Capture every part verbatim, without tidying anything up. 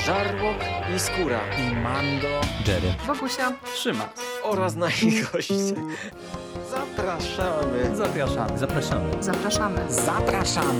Żarłok i Skóra i Mando, Jerry, Wokusia, Trzyma oraz nasi goście. Zapraszamy. Zapraszamy. Zapraszamy. zapraszamy. Zapraszamy.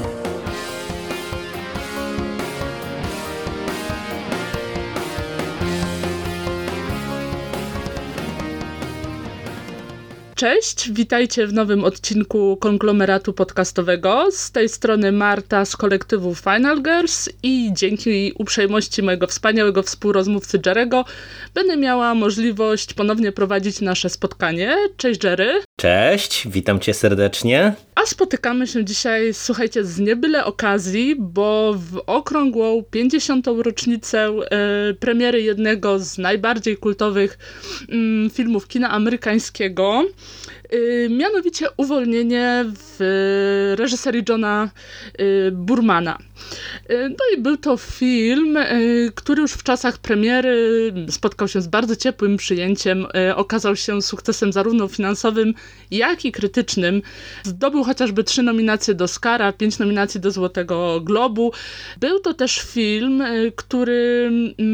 Cześć, witajcie w nowym odcinku konglomeratu podcastowego. Z tej strony Marta z kolektywu Final Girls i dzięki uprzejmości mojego wspaniałego współrozmówcy Jerego będę miała możliwość ponownie prowadzić nasze spotkanie. Cześć Jerry. Cześć, witam cię serdecznie. A spotykamy się dzisiaj, słuchajcie, z niebyle okazji, bo w okrągłą pięćdziesiątą rocznicę e, premiery jednego z najbardziej kultowych mm, filmów kina amerykańskiego, e, mianowicie Uwolnienie w e, reżyserii Johna e, Boormana. E, no i był to film, e, który już w czasach premiery spotkał się z bardzo ciepłym przyjęciem, e, okazał się sukcesem zarówno finansowym, jak i krytycznym. Zdobył chociażby trzy nominacje do Oscara, pięć nominacji do Złotego Globu. Był to też film, który,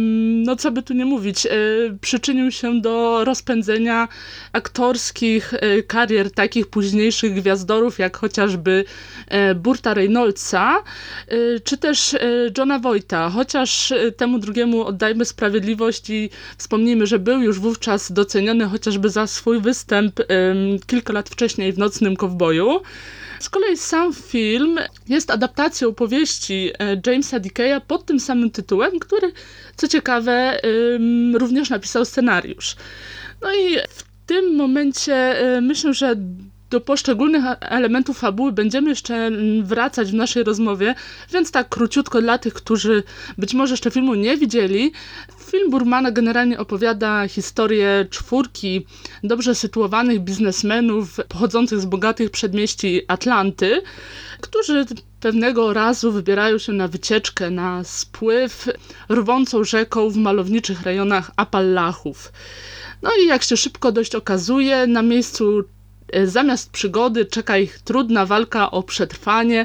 no co by tu nie mówić, przyczynił się do rozpędzenia aktorskich karier takich późniejszych gwiazdorów, jak chociażby Burta Reynoldsa, czy też Jona Voighta. Chociaż temu drugiemu oddajmy sprawiedliwość i wspomnijmy, że był już wówczas doceniony chociażby za swój występ kilka lat wcześniej w Nocnym Kowboju. Z kolei sam film jest adaptacją powieści Jamesa Dickeya pod tym samym tytułem, który, co ciekawe, również napisał scenariusz. No i w tym momencie myślę, że do poszczególnych elementów fabuły będziemy jeszcze wracać w naszej rozmowie, więc tak króciutko dla tych, którzy być może jeszcze filmu nie widzieli. Film Boormana generalnie opowiada historię czwórki dobrze sytuowanych biznesmenów pochodzących z bogatych przedmieści Atlanty, którzy pewnego razu wybierają się na wycieczkę, na spływ rwącą rzeką w malowniczych rejonach Appalachów. No i jak się szybko dość okazuje, na miejscu zamiast przygody czeka ich trudna walka o przetrwanie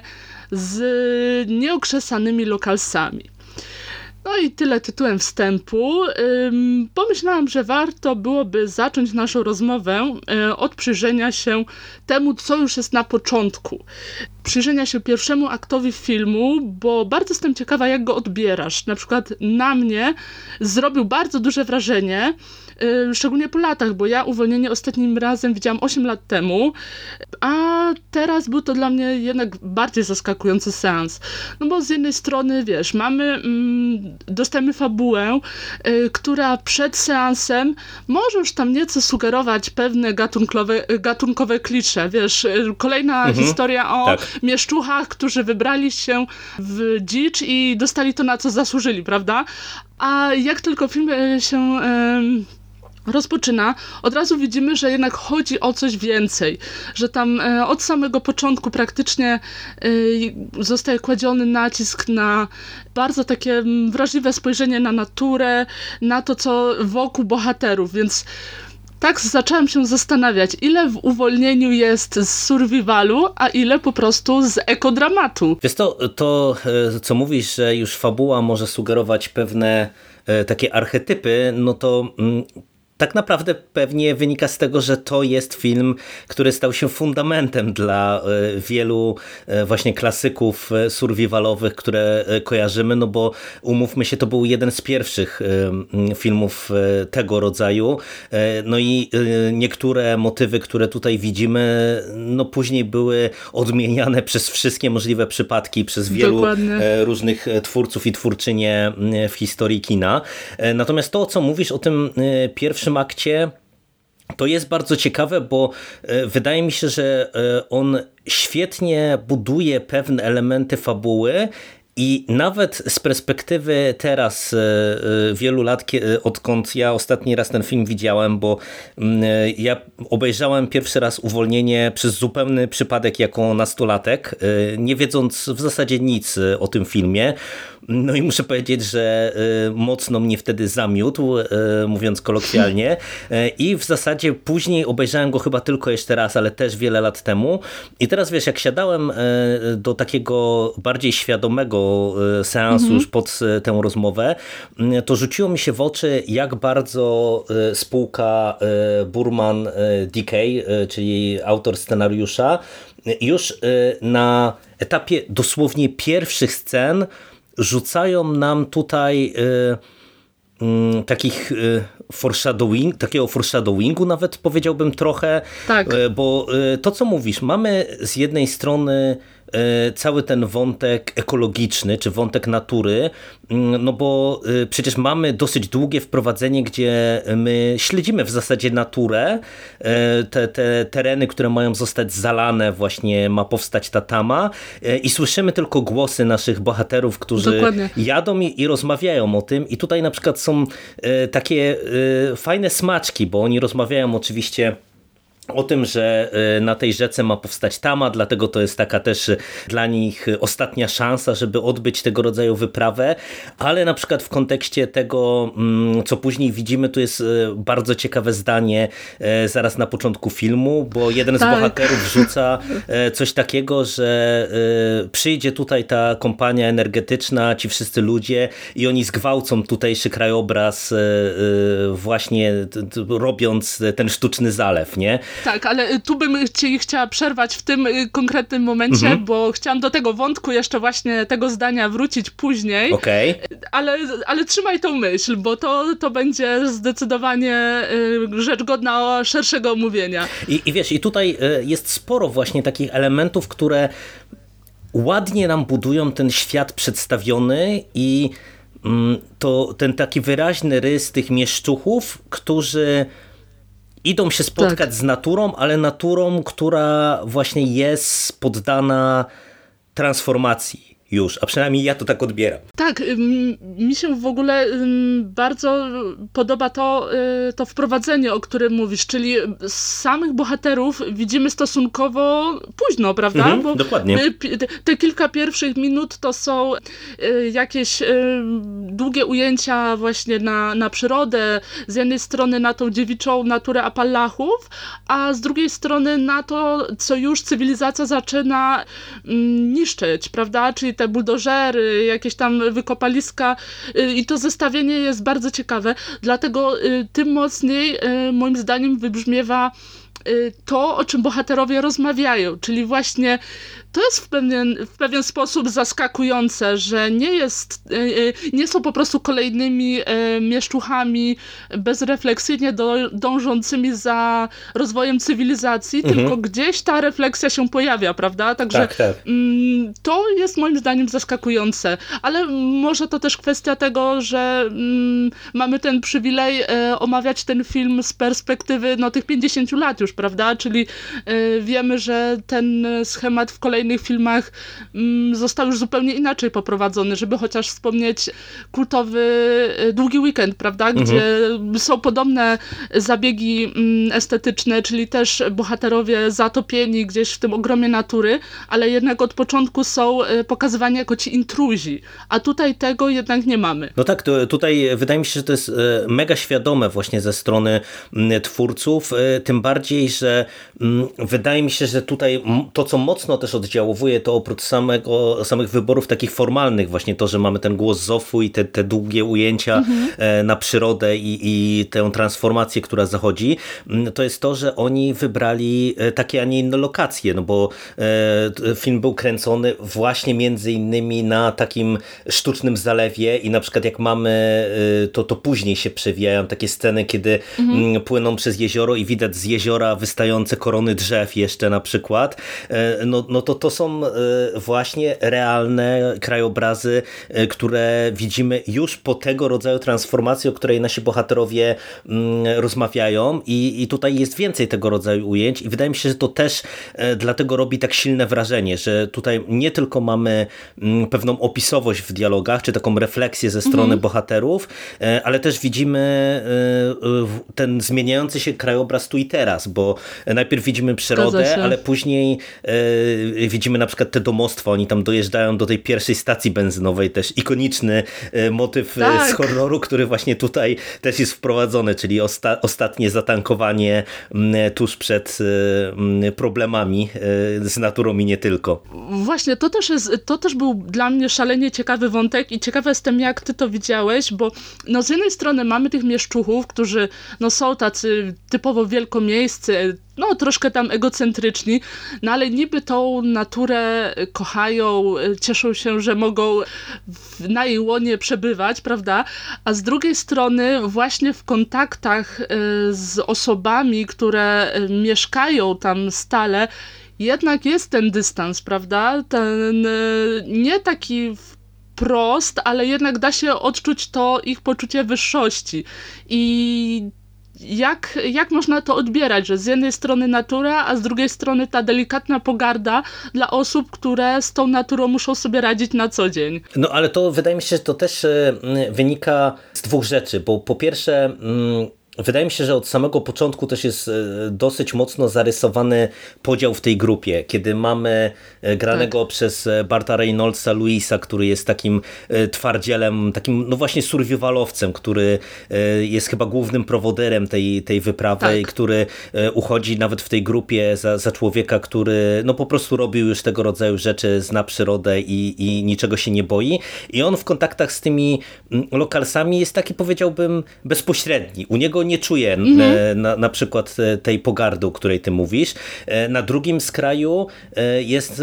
z nieokrzesanymi lokalsami. No i tyle tytułem wstępu. Ym, pomyślałam, że warto byłoby zacząć naszą rozmowę y, od przyjrzenia się temu, co już jest na początku. Przyjrzenia się pierwszemu aktowi filmu, bo bardzo jestem ciekawa, jak go odbierasz. Na przykład na mnie zrobił bardzo duże wrażenie, yy, szczególnie po latach, bo ja Uwolnienie ostatnim razem widziałam osiem lat temu, a teraz był to dla mnie jednak bardziej zaskakujący seans. No bo z jednej strony, wiesz, mamy, mm, dostajemy fabułę, yy, która przed seansem może już tam nieco sugerować pewne gatunkowe, gatunkowe klisze, wiesz, yy, kolejna mhm, historia o tak. mieszczuchach, którzy wybrali się w dzicz i dostali to, na co zasłużyli, prawda? A jak tylko film się e, rozpoczyna, od razu widzimy, że jednak chodzi o coś więcej, że tam e, od samego początku praktycznie e, zostaje kładziony nacisk na bardzo takie wrażliwe spojrzenie na naturę, na to, co wokół bohaterów, więc tak zaczęłam się zastanawiać, ile w Uwolnieniu jest z survivalu, a ile po prostu z ekodramatu. Wiesz to, to co mówisz, że już fabuła może sugerować pewne takie archetypy, no to tak naprawdę pewnie wynika z tego, że to jest film, który stał się fundamentem dla wielu właśnie klasyków survivalowych, które kojarzymy, no bo umówmy się, to był jeden z pierwszych filmów tego rodzaju. No i niektóre motywy, które tutaj widzimy, no później były odmieniane przez wszystkie możliwe przypadki, przez wielu Dokładnie. różnych twórców i twórczynie w historii kina. Natomiast to, co mówisz o tym pierwszym akcie, to jest bardzo ciekawe, bo wydaje mi się, że on świetnie buduje pewne elementy fabuły i nawet z perspektywy teraz wielu lat, odkąd ja ostatni raz ten film widziałem, bo ja obejrzałem pierwszy raz Uwolnienie przez zupełny przypadek jako nastolatek, nie wiedząc w zasadzie nic o tym filmie. No i muszę powiedzieć, że mocno mnie wtedy zamiótł, mówiąc kolokwialnie. I w zasadzie później obejrzałem go chyba tylko jeszcze raz, ale też wiele lat temu. I teraz wiesz, jak siadałem do takiego bardziej świadomego seansu mhm. już pod tę rozmowę, to rzuciło mi się w oczy, jak bardzo spółka Burman D K, czyli autor scenariusza, już na etapie dosłownie pierwszych scen rzucają nam tutaj takich foreshadowing, takiego foreshadowingu nawet powiedziałbym trochę, tak. Bo to co mówisz, mamy z jednej strony cały ten wątek ekologiczny, czy wątek natury, no bo przecież mamy dosyć długie wprowadzenie, gdzie my śledzimy w zasadzie naturę, te, te tereny, które mają zostać zalane, właśnie ma powstać ta tama i słyszymy tylko głosy naszych bohaterów, którzy Dokładnie. jadą i, i rozmawiają o tym i tutaj na przykład są takie fajne smaczki, bo oni rozmawiają oczywiście o tym, że na tej rzece ma powstać tama, dlatego to jest taka też dla nich ostatnia szansa, żeby odbyć tego rodzaju wyprawę, ale na przykład w kontekście tego, co później widzimy, tu jest bardzo ciekawe zdanie zaraz na początku filmu, bo jeden tak. z bohaterów rzuca coś takiego, że przyjdzie tutaj ta kompania energetyczna, ci wszyscy ludzie i oni zgwałcą tutejszy krajobraz właśnie robiąc ten sztuczny zalew, nie? Tak, ale tu bym ci chciała przerwać w tym konkretnym momencie, mhm. bo chciałam do tego wątku jeszcze właśnie tego zdania wrócić później, okay. ale, ale trzymaj tą myśl, bo to, to będzie zdecydowanie rzecz godna szerszego omówienia. I, I wiesz, i tutaj jest sporo właśnie takich elementów, które ładnie nam budują ten świat przedstawiony i to ten taki wyraźny rys tych mieszczuchów, którzy idą się spotkać tak. z naturą, ale naturą, która właśnie jest poddana transformacji już, a przynajmniej ja to tak odbieram. Tak, mi się w ogóle bardzo podoba to, to wprowadzenie, o którym mówisz, czyli samych bohaterów widzimy stosunkowo późno, prawda? Mhm, Bo dokładnie. Te kilka pierwszych minut to są jakieś długie ujęcia właśnie na, na przyrodę, z jednej strony na tą dziewiczą naturę Apalachów, a z drugiej strony na to, co już cywilizacja zaczyna niszczyć, prawda? Czyli te buldożery, jakieś tam wykopaliska i to zestawienie jest bardzo ciekawe, dlatego tym mocniej moim zdaniem wybrzmiewa to, o czym bohaterowie rozmawiają, czyli właśnie to jest w pewien, w pewien sposób zaskakujące, że nie jest, nie są po prostu kolejnymi mieszczuchami bezrefleksyjnie do, dążącymi za rozwojem cywilizacji, mhm. tylko gdzieś ta refleksja się pojawia, prawda? Także tak, tak. to jest moim zdaniem zaskakujące, ale może to też kwestia tego, że mamy ten przywilej omawiać ten film z perspektywy no, tych pięćdziesięciu lat już, prawda? Czyli wiemy, że ten schemat w kolejnych filmach został już zupełnie inaczej poprowadzony, żeby chociaż wspomnieć kultowy Długi Weekend, prawda, gdzie mhm. są podobne zabiegi estetyczne, czyli też bohaterowie zatopieni gdzieś w tym ogromie natury, ale jednak od początku są pokazywani jako ci intruzi, a tutaj tego jednak nie mamy. No tak, to, tutaj wydaje mi się, że to jest mega świadome właśnie ze strony twórców, tym bardziej, że wydaje mi się, że tutaj to, co mocno też oddziałuje, to oprócz samego, samych wyborów takich formalnych, właśnie to, że mamy ten głos Zofu i te, te długie ujęcia mhm. na przyrodę i, i tę transformację, która zachodzi, to jest to, że oni wybrali takie, a nie inne lokacje, no bo film był kręcony właśnie między innymi na takim sztucznym zalewie i na przykład jak mamy, to, to później się przewijają takie sceny, kiedy mhm. płyną przez jezioro i widać z jeziora wystające korony drzew jeszcze na przykład, no, no to to są właśnie realne krajobrazy, które widzimy już po tego rodzaju transformacji, o której nasi bohaterowie rozmawiają i, i tutaj jest więcej tego rodzaju ujęć i wydaje mi się, że to też dlatego robi tak silne wrażenie, że tutaj nie tylko mamy pewną opisowość w dialogach, czy taką refleksję ze strony mhm. bohaterów, ale też widzimy ten zmieniający się krajobraz tu i teraz, bo najpierw widzimy przyrodę, ale później e, widzimy na przykład te domostwa, oni tam dojeżdżają do tej pierwszej stacji benzynowej, też ikoniczny e, motyw tak. z horroru, który właśnie tutaj też jest wprowadzony, czyli osta ostatnie zatankowanie m, tuż przed e, problemami e, z naturą i nie tylko. Właśnie, to też, jest, to też był dla mnie szalenie ciekawy wątek i ciekawa jestem, jak ty to widziałeś, bo no z jednej strony mamy tych mieszczuchów, którzy no są tacy typowo wielkomiejscy, no troszkę tam egocentryczni, no ale niby tą naturę kochają, cieszą się, że mogą w, na jej łonie przebywać, prawda? A z drugiej strony właśnie w kontaktach z osobami, które mieszkają tam stale, jednak jest ten dystans, prawda? Ten nie taki wprost, ale jednak da się odczuć to ich poczucie wyższości. I jak, jak można to odbierać, że z jednej strony natura, a z drugiej strony ta delikatna pogarda dla osób, które z tą naturą muszą sobie radzić na co dzień. No ale to wydaje mi się, że to też wynika z dwóch rzeczy, bo po pierwsze wydaje mi się, że od samego początku też jest dosyć mocno zarysowany podział w tej grupie, kiedy mamy granego tak. przez Barta Reynoldsa Louisa, który jest takim twardzielem, takim no właśnie survivalowcem, który jest chyba głównym prowoderem tej, tej wyprawy tak. i który uchodzi nawet w tej grupie za, za człowieka, który no po prostu robił już tego rodzaju rzeczy, zna przyrodę i, i niczego się nie boi. I on w kontaktach z tymi lokalsami jest taki, powiedziałbym, bezpośredni. U niego nie czuje mhm. na, na przykład tej pogardy, o której ty mówisz. Na drugim skraju jest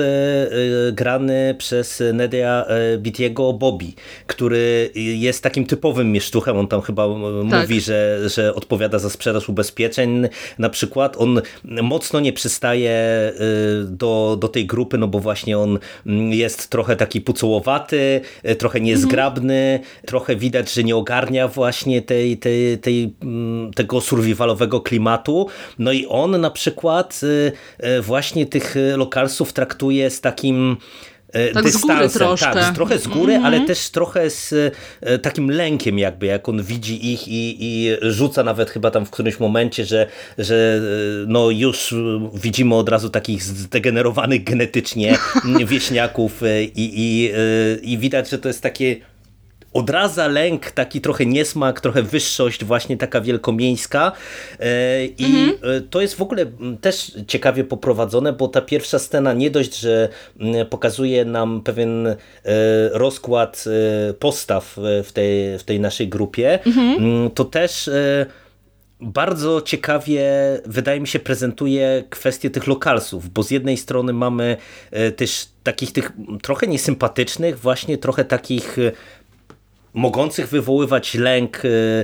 grany przez Nedia Beattiego Bobby, który jest takim typowym mieszczuchem. On tam chyba tak. mówi, że, że odpowiada za sprzedaż ubezpieczeń na przykład. On mocno nie przystaje do, do tej grupy, no bo właśnie on jest trochę taki pucołowaty, trochę niezgrabny, mhm. trochę widać, że nie ogarnia właśnie tej, tej, tej tego survivalowego klimatu. No i on na przykład właśnie tych lokalsów traktuje z takim tak dystansem, z góry troszkę. Tak, trochę z góry, mm-hmm. ale też trochę z e, takim lękiem jakby, jak on widzi ich i, i rzuca nawet chyba tam w którymś momencie, że, że no już widzimy od razu takich zdegenerowanych genetycznie wieśniaków i, i, i widać, że to jest takie odradza lęk, taki trochę niesmak, trochę wyższość, właśnie taka wielkomiejska. I mhm. to jest w ogóle też ciekawie poprowadzone, bo ta pierwsza scena nie dość, że pokazuje nam pewien rozkład postaw w tej, w tej naszej grupie, mhm. to też bardzo ciekawie, wydaje mi się, prezentuje kwestię tych lokalsów, bo z jednej strony mamy też takich tych trochę niesympatycznych, właśnie trochę takich mogących wywoływać lęk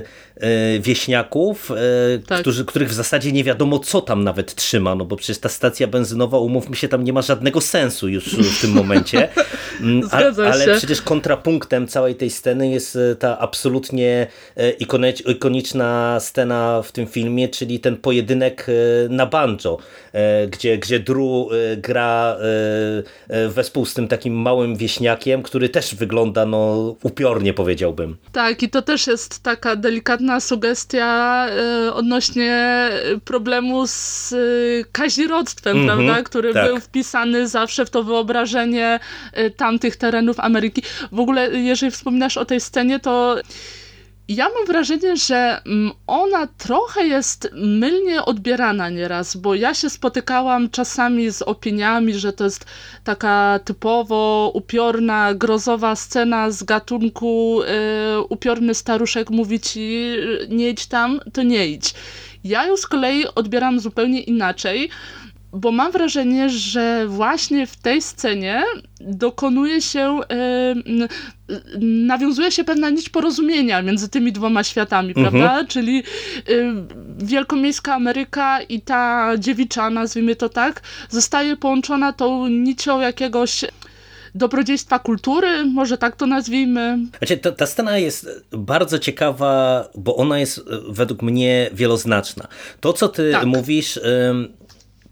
wieśniaków, tak. którzy, których w zasadzie nie wiadomo, co tam nawet trzyma, no bo przecież ta stacja benzynowa, umówmy się, tam nie ma żadnego sensu już w tym momencie. A, ale się. Przecież kontrapunktem całej tej sceny jest ta absolutnie ikoniczna scena w tym filmie, czyli ten pojedynek na banjo, gdzie, gdzie Drew gra wespół z tym takim małym wieśniakiem, który też wygląda no upiornie, powiedziałbym. Tak, i to też jest taka delikatna sugestia y, odnośnie problemu z y, kazirodztwem, mm-hmm, prawda, który tak. był wpisany zawsze w to wyobrażenie y, tamtych terenów Ameryki. W ogóle, jeżeli wspominasz o tej scenie, to ja mam wrażenie, że ona trochę jest mylnie odbierana nieraz, bo ja się spotykałam czasami z opiniami, że to jest taka typowo upiorna, grozowa scena z gatunku y, upiorny staruszek mówi ci nie idź tam, to nie idź. Ja ją z kolei odbieram zupełnie inaczej, bo mam wrażenie, że właśnie w tej scenie dokonuje się, yy, nawiązuje się pewna nić porozumienia między tymi dwoma światami, mhm. prawda? Czyli yy, wielkomiejska Ameryka i ta dziewicza, nazwijmy to tak, zostaje połączona tą nicią jakiegoś dobrodziejstwa kultury, może tak to nazwijmy. Znaczy, ta, ta scena jest bardzo ciekawa, bo ona jest według mnie wieloznaczna. To, co ty tak. mówisz... Yy...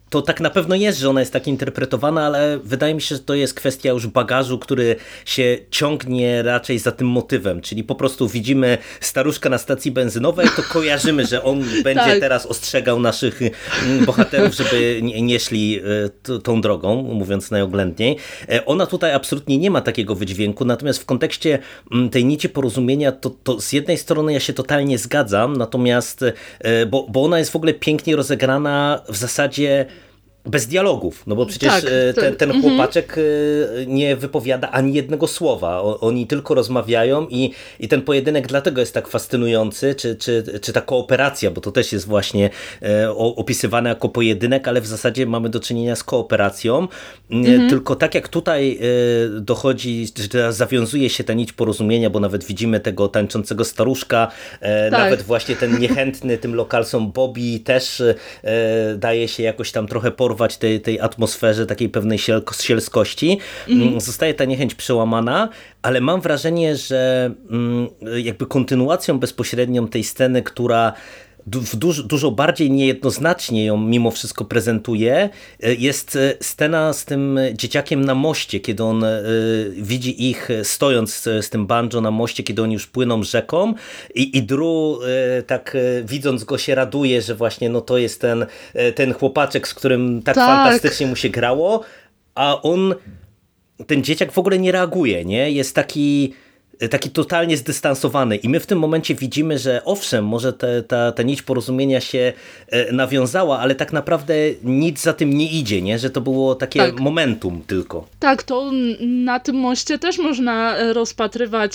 to tak na pewno jest, że ona jest tak interpretowana, ale wydaje mi się, że to jest kwestia już bagażu, który się ciągnie raczej za tym motywem, czyli po prostu widzimy staruszka na stacji benzynowej, to kojarzymy, że on będzie tak. teraz ostrzegał naszych bohaterów, żeby nie, nie szli t- tą drogą, mówiąc najoględniej. Ona tutaj absolutnie nie ma takiego wydźwięku, natomiast w kontekście tej nici porozumienia, to, to z jednej strony ja się totalnie zgadzam, natomiast, bo, bo ona jest w ogóle pięknie rozegrana w zasadzie bez dialogów, no bo przecież tak, ten, ten mhm. chłopaczek nie wypowiada ani jednego słowa. Oni tylko rozmawiają i, i ten pojedynek dlatego jest tak fascynujący, czy, czy, czy ta kooperacja, bo to też jest właśnie opisywane jako pojedynek, ale w zasadzie mamy do czynienia z kooperacją. Mhm. Tylko tak jak tutaj dochodzi, że zawiązuje się ta nić porozumienia, bo nawet widzimy tego tańczącego staruszka, tak. nawet właśnie ten niechętny tym lokalsom Bobby też daje się jakoś tam trochę porwać tej, tej atmosferze takiej pewnej siel- sielskości. Mm. Zostaje ta niechęć przełamana, ale mam wrażenie, że mm, jakby kontynuacją bezpośrednią tej sceny, która w dużo, dużo bardziej niejednoznacznie ją mimo wszystko prezentuje, jest scena z tym dzieciakiem na moście, kiedy on widzi ich stojąc z tym banjo na moście, kiedy oni już płyną rzeką i, i Drew tak widząc go się raduje, że właśnie no to jest ten, ten chłopaczek, z którym tak, tak fantastycznie mu się grało, a on, ten dzieciak w ogóle nie reaguje, nie? Jest taki taki totalnie zdystansowany i my w tym momencie widzimy, że owszem, może te, ta, ta nić porozumienia się nawiązała, ale tak naprawdę nic za tym nie idzie, nie? Że to było takie tak. momentum tylko. Tak, to na tym moście też można rozpatrywać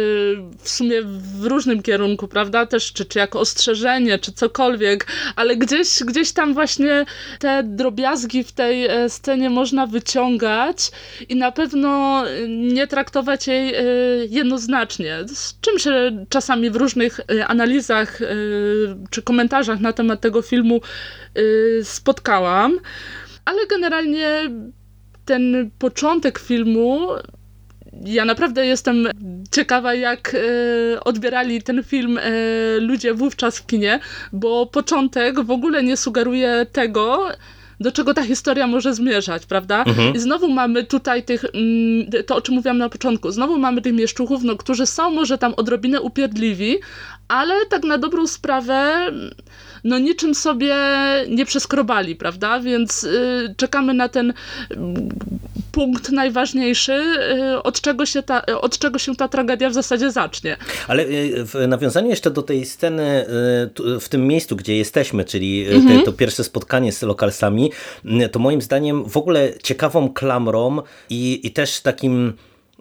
w sumie w różnym kierunku, prawda? Też czy, czy jako ostrzeżenie, czy cokolwiek, ale gdzieś, gdzieś tam właśnie te drobiazgi w tej scenie można wyciągać i na pewno nie traktować jej jednoznacznie, z czym się czasami w różnych analizach czy komentarzach na temat tego filmu spotkałam, ale generalnie ten początek filmu, ja naprawdę jestem ciekawa, jak odbierali ten film ludzie wówczas w kinie, bo początek w ogóle nie sugeruje tego, do czego ta historia może zmierzać, prawda? Mhm. I znowu mamy tutaj tych, to o czym mówiłam na początku, znowu mamy tych mieszczuchów, no, którzy są może tam odrobinę upierdliwi, ale tak na dobrą sprawę no niczym sobie nie przeskrobali, prawda? Więc y, czekamy na ten y, punkt najważniejszy, y, od, czego się ta, od czego się ta tragedia w zasadzie zacznie. Ale y, w nawiązaniu jeszcze do tej sceny y, w tym miejscu, gdzie jesteśmy, czyli mhm. te, to pierwsze spotkanie z lokalsami, y, to moim zdaniem w ogóle ciekawą klamrą i, i też takim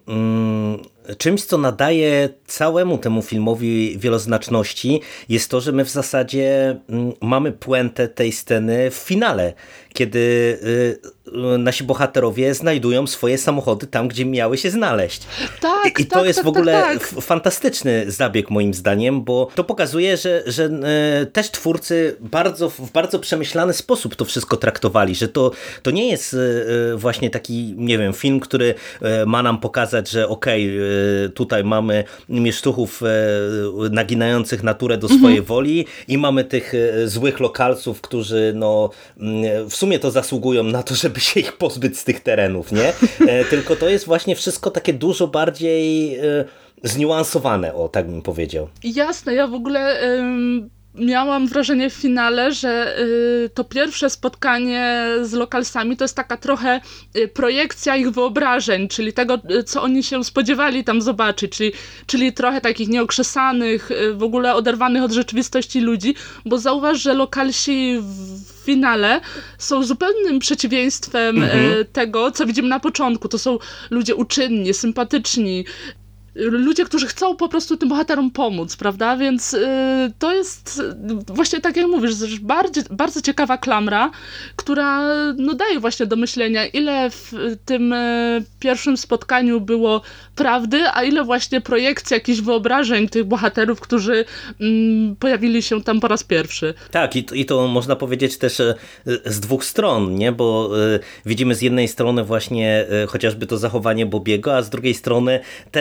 y, czymś, co nadaje całemu temu filmowi wieloznaczności, jest to, że my w zasadzie mamy puentę tej sceny w finale, kiedy nasi bohaterowie znajdują swoje samochody tam, gdzie miały się znaleźć. Tak, I, i to tak, jest tak, w ogóle tak, tak. fantastyczny zabieg moim zdaniem, bo to pokazuje, że, że też twórcy bardzo, w bardzo przemyślany sposób to wszystko traktowali, że to, to nie jest właśnie taki, nie wiem, film, który ma nam pokazać, że okej, okay, tutaj mamy mieszczuchów naginających naturę do swojej mhm. woli i mamy tych złych lokalców, którzy no w sumie to zasługują na to, żeby się ich pozbyć z tych terenów, nie? Tylko to jest właśnie wszystko takie dużo bardziej zniuansowane, o tak bym powiedział. Jasne, ja w ogóle ym, miałam wrażenie w finale, że y, to pierwsze spotkanie z lokalsami to jest taka trochę y, projekcja ich wyobrażeń, czyli tego, y, co oni się spodziewali tam zobaczyć, czyli, czyli trochę takich nieokrzesanych, y, w ogóle oderwanych od rzeczywistości ludzi, bo zauważ, że lokalsi w finale są zupełnym przeciwieństwem mhm. y, tego, co widzimy na początku. To są ludzie uczynni, sympatyczni, ludzie, którzy chcą po prostu tym bohaterom pomóc, prawda? Więc y, to jest właśnie tak jak mówisz, bardzo, bardzo ciekawa klamra, która no, daje właśnie do myślenia, ile w tym y, pierwszym spotkaniu było prawdy, a ile właśnie projekcji, jakichś wyobrażeń tych bohaterów, którzy y, pojawili się tam po raz pierwszy. Tak, i to, i to można powiedzieć też y, z dwóch stron, nie? Bo y, widzimy z jednej strony właśnie y, chociażby to zachowanie Bobiego, a z drugiej strony też y,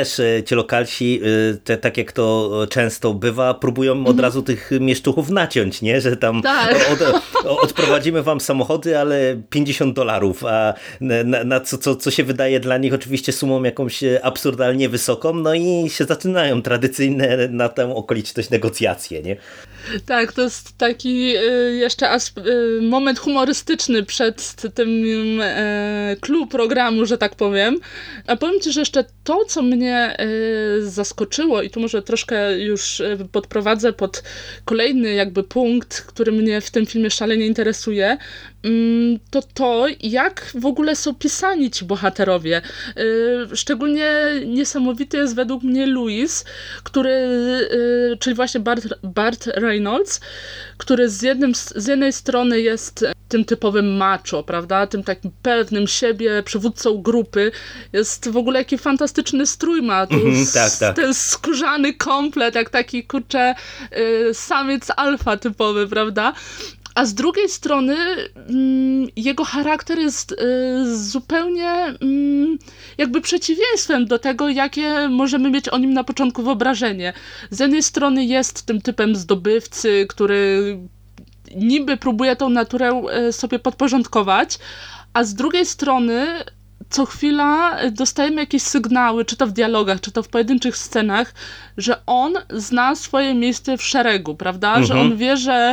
ci lokalsi, te, tak jak to często bywa, próbują od mhm. razu tych mieszczuchów naciąć, nie? Że tam tak. od, odprowadzimy wam samochody, ale pięćdziesiąt dolarów, a na, na co, co, co się wydaje dla nich oczywiście sumą jakąś absurdalnie wysoką, no i się zaczynają tradycyjne na tę okoliczność negocjacje, nie? Tak, to jest taki jeszcze moment humorystyczny przed tym clue programu, że tak powiem. A powiem ci, że jeszcze to, co mnie zaskoczyło i tu może troszkę już podprowadzę pod kolejny jakby punkt, który mnie w tym filmie szalenie interesuje, to to, jak w ogóle są pisani ci bohaterowie. Szczególnie niesamowity jest według mnie Louis, który, czyli właśnie Bart, Bart Reynolds, który z, jednym, z jednej strony jest tym typowym macho, prawda, tym takim pewnym siebie, przywódcą grupy, jest w ogóle jaki fantastyczny strój ma, tu mm-hmm, tak, tak. ten skórzany komplet, jak taki, kurczę, y, samiec alfa typowy, prawda, a z drugiej strony mm, jego charakter jest y, zupełnie mm, jakby przeciwieństwem do tego, jakie możemy mieć o nim na początku wyobrażenie. Z jednej strony jest tym typem zdobywcy, który niby próbuje tą naturę y, sobie podporządkować, a z drugiej strony co chwila dostajemy jakieś sygnały, czy to w dialogach, czy to w pojedynczych scenach, że on zna swoje miejsce w szeregu, prawda? Mhm. Że on wie, że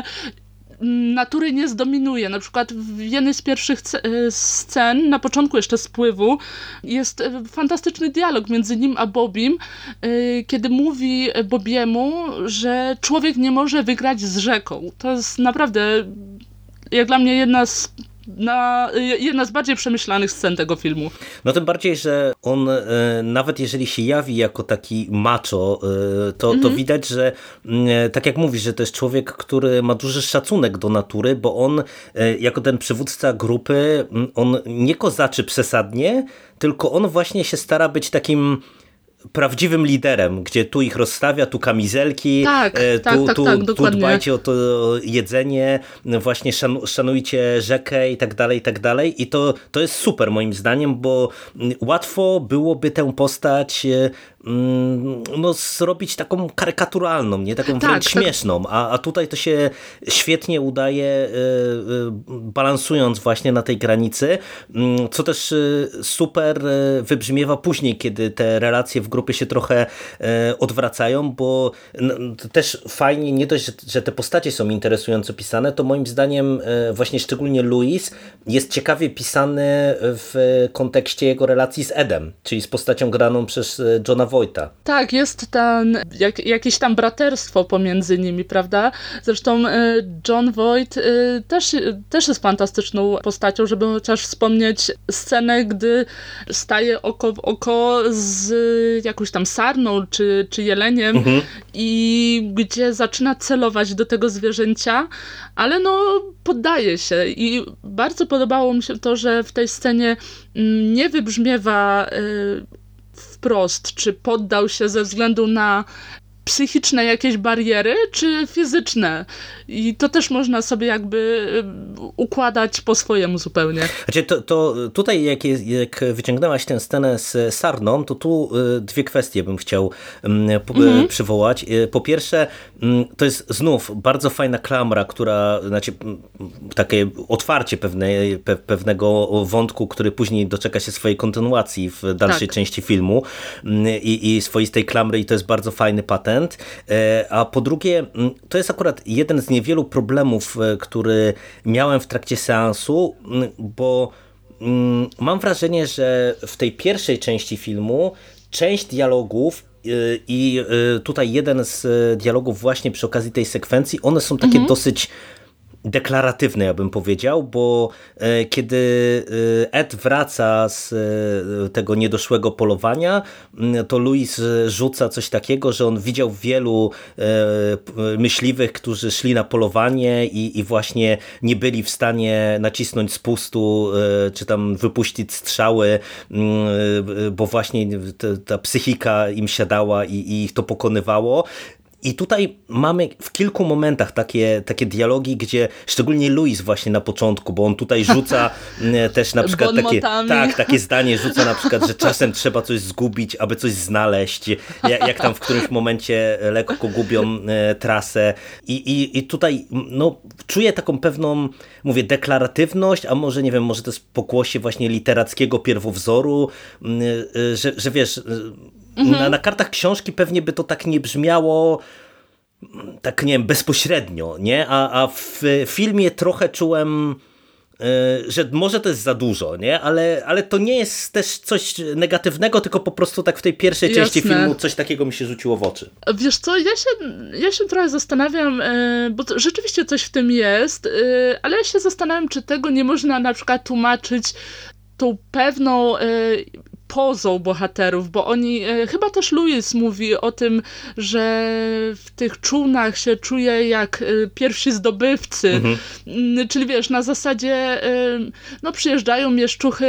natury nie zdominuje. Na przykład w jednej z pierwszych scen, na początku jeszcze spływu, jest fantastyczny dialog między nim a Bobim, kiedy mówi Bobiemu, że człowiek nie może wygrać z rzeką. To jest naprawdę, jak dla mnie, jedna z na jedna z bardziej przemyślanych scen tego filmu. No tym bardziej, że on e, nawet jeżeli się jawi jako taki macho, e, to, mm-hmm. to widać, że e, tak jak mówisz, że to jest człowiek, który ma duży szacunek do natury, bo on e, jako ten przywódca grupy, on nie kozaczy przesadnie, tylko on właśnie się stara być takim prawdziwym liderem, gdzie tu ich rozstawia, tu kamizelki, tak, e, tak, tu, tak, tu, tak, tu dbajcie o to jedzenie, właśnie szan, szanujcie rzekę i tak dalej, i tak dalej. I to, to jest super moim zdaniem, bo łatwo byłoby tę postać no, zrobić taką karykaturalną, nie? Taką tak, wręcz tak. śmieszną, a, a tutaj to się świetnie udaje, y, y, balansując właśnie na tej granicy, y, co też y, super y, wybrzmiewa później, kiedy te relacje w grupie się trochę y, odwracają, bo y, też fajnie, nie dość, że, że te postacie są interesująco pisane, to moim zdaniem y, właśnie szczególnie Louis jest ciekawie pisany w kontekście jego relacji z Edem, czyli z postacią graną przez Johna Voighta. Tak, jest ten, jak, jakieś tam braterstwo pomiędzy nimi, prawda? Zresztą Jon Voight też, też jest fantastyczną postacią, żeby chociaż wspomnieć scenę, gdy staje oko w oko z jakąś tam sarną czy, czy jeleniem mhm. i gdzie zaczyna celować do tego zwierzęcia, ale no poddaje się i bardzo podobało mi się to, że w tej scenie nie wybrzmiewa wprost, czy poddał się ze względu na psychiczne jakieś bariery, czy fizyczne. I to też można sobie jakby układać po swojemu zupełnie. Znaczy to, to tutaj jak, jest, jak wyciągnęłaś tę scenę z sarną, to tu dwie kwestie bym chciał mhm. przywołać. Po pierwsze, to jest znów bardzo fajna klamra, która, znaczy takie otwarcie pewne, pe, pewnego wątku, który później doczeka się swojej kontynuacji w dalszej tak. części filmu i, i swoistej klamry i to jest bardzo fajny patent. A po drugie, to jest akurat jeden z niewielu problemów, który miałem w trakcie seansu, bo mam wrażenie, że w tej pierwszej części filmu część dialogów i tutaj jeden z dialogów właśnie przy okazji tej sekwencji, one są takie mhm. dosyć deklaratywne, ja bym powiedział, bo e, kiedy Ed wraca z e, tego niedoszłego polowania, to Louis rzuca coś takiego, że on widział wielu e, myśliwych, którzy szli na polowanie i, i właśnie nie byli w stanie nacisnąć spustu, e, czy tam wypuścić strzały, e, bo właśnie ta, ta psychika im siadała i, i ich to pokonywało. I tutaj mamy w kilku momentach takie, takie dialogi, gdzie szczególnie Louis właśnie na początku, bo on tutaj rzuca też na przykład takie, tak, takie zdanie, rzuca na przykład, że czasem trzeba coś zgubić, aby coś znaleźć, jak, jak tam w którymś momencie lekko gubią trasę. I, i, i tutaj no, czuję taką pewną, mówię, deklaratywność, a może nie wiem, może to jest pokłosie właśnie literackiego pierwowzoru, że, że wiesz, mhm. na, na kartach książki pewnie by to tak nie brzmiało tak, nie wiem, bezpośrednio, nie? A, a w filmie trochę czułem, że może to jest za dużo, nie? Ale, ale to nie jest też coś negatywnego, tylko po prostu tak w tej pierwszej Jasne. części filmu coś takiego mi się rzuciło w oczy. Wiesz co, ja się, ja się trochę zastanawiam, bo to, rzeczywiście coś w tym jest, ale ja się zastanawiam, czy tego nie można na przykład tłumaczyć tą pewną pozą bohaterów, bo oni, chyba też Louis mówi o tym, że w tych czółnach się czuje jak pierwsi zdobywcy, mhm. czyli wiesz, na zasadzie no przyjeżdżają mieszczuchy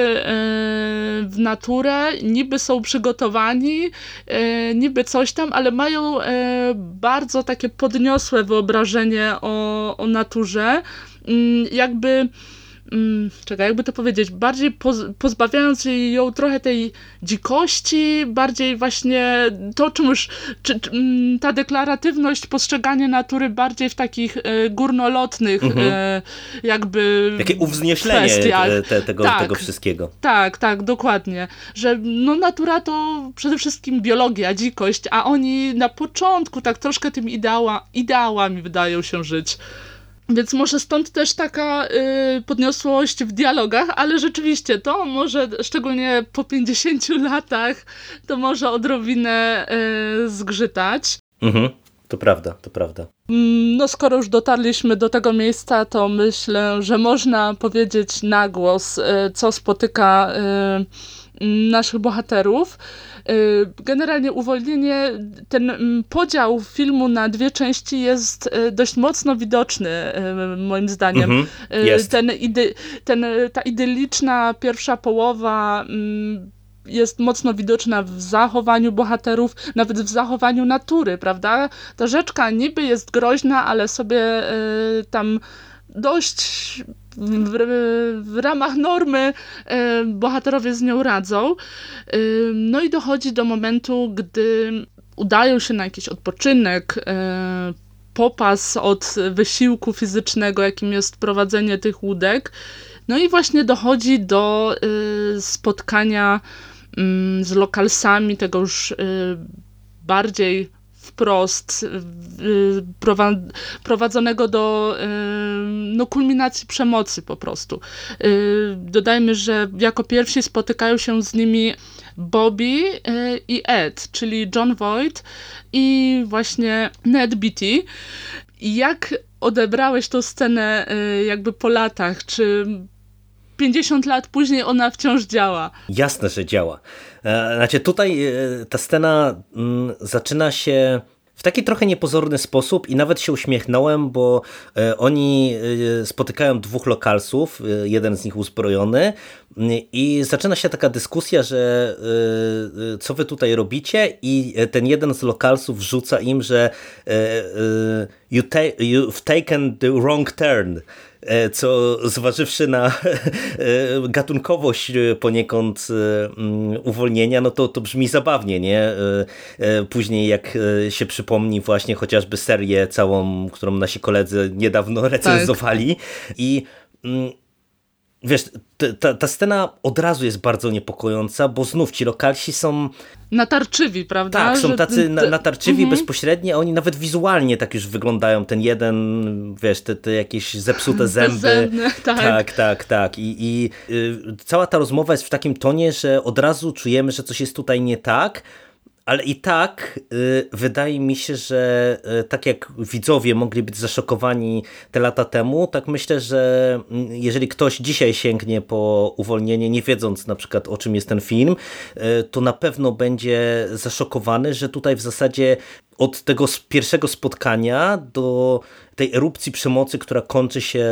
w naturę, niby są przygotowani, niby coś tam, ale mają bardzo takie podniosłe wyobrażenie o, o naturze, jakby czekaj, jakby to powiedzieć, bardziej poz, pozbawiając ją trochę tej dzikości, bardziej właśnie to, czym już czy, czy, ta deklaratywność, postrzeganie natury bardziej w takich e, górnolotnych mhm. e, jakby takie uwznieślenie te, tego, tak, tego wszystkiego. Tak, tak, dokładnie. Że no natura to przede wszystkim biologia, dzikość, a oni na początku tak troszkę tymi ideała, ideałami wydają się żyć. Więc może stąd też taka y, podniosłość w dialogach, ale rzeczywiście to może, szczególnie po pięćdziesięciu latach, to może odrobinę y, zgrzytać. Mhm, to prawda, to prawda. No skoro już dotarliśmy do tego miejsca, to myślę, że można powiedzieć na głos, y, co spotyka y, naszych bohaterów. Generalnie uwolnienie, ten podział filmu na dwie części jest dość mocno widoczny, moim zdaniem. Mm-hmm, jest. Ten, idy, ten, ta idylliczna pierwsza połowa jest mocno widoczna w zachowaniu bohaterów, nawet w zachowaniu natury, prawda? Ta rzeczka niby jest groźna, ale sobie tam dość w, w ramach normy e, bohaterowie z nią radzą. E, no i dochodzi do momentu, gdy udają się na jakiś odpoczynek, e, popas od wysiłku fizycznego, jakim jest prowadzenie tych łódek. No i właśnie dochodzi do e, spotkania m, z lokalsami, tego już e, bardziej wprost prowadzonego do no, kulminacji przemocy po prostu. Dodajmy, że jako pierwsi spotykają się z nimi Bobby i Ed, czyli Jon Voight i właśnie Ned Beatty. Jak odebrałeś tą scenę jakby po latach? Czy pięćdziesiąt lat później ona wciąż działa? Jasne, że działa. Znaczy tutaj ta scena zaczyna się w taki trochę niepozorny sposób i nawet się uśmiechnąłem, bo oni spotykają dwóch lokalsów, jeden z nich uzbrojony i zaczyna się taka dyskusja, że co wy tutaj robicie, i ten jeden z lokalsów rzuca im, że you ta- you've taken the wrong turn. Co zważywszy na gatunkowość poniekąd uwolnienia, no to, to brzmi zabawnie, nie? Później jak się przypomni właśnie chociażby serię całą, którą nasi koledzy niedawno recenzowali. Tak. I wiesz, ta, ta scena od razu jest bardzo niepokojąca, bo znów ci lokalsi są natarczywi, prawda? Tak, są tacy na, natarczywi, mhm. bezpośredni, a oni nawet wizualnie tak już wyglądają. Ten jeden, wiesz, te, te jakieś zepsute zęby. Zębne, tak. tak, tak, tak. I, i y, cała ta rozmowa jest w takim tonie, że od razu czujemy, że coś jest tutaj nie tak, ale i tak y, wydaje mi się, że y, tak jak widzowie mogli być zaszokowani te lata temu, tak myślę, że y, jeżeli ktoś dzisiaj sięgnie po uwolnienie, nie wiedząc na przykład o czym jest ten film, y, to na pewno będzie zaszokowany, że tutaj w zasadzie od tego pierwszego spotkania do tej erupcji przemocy, która kończy się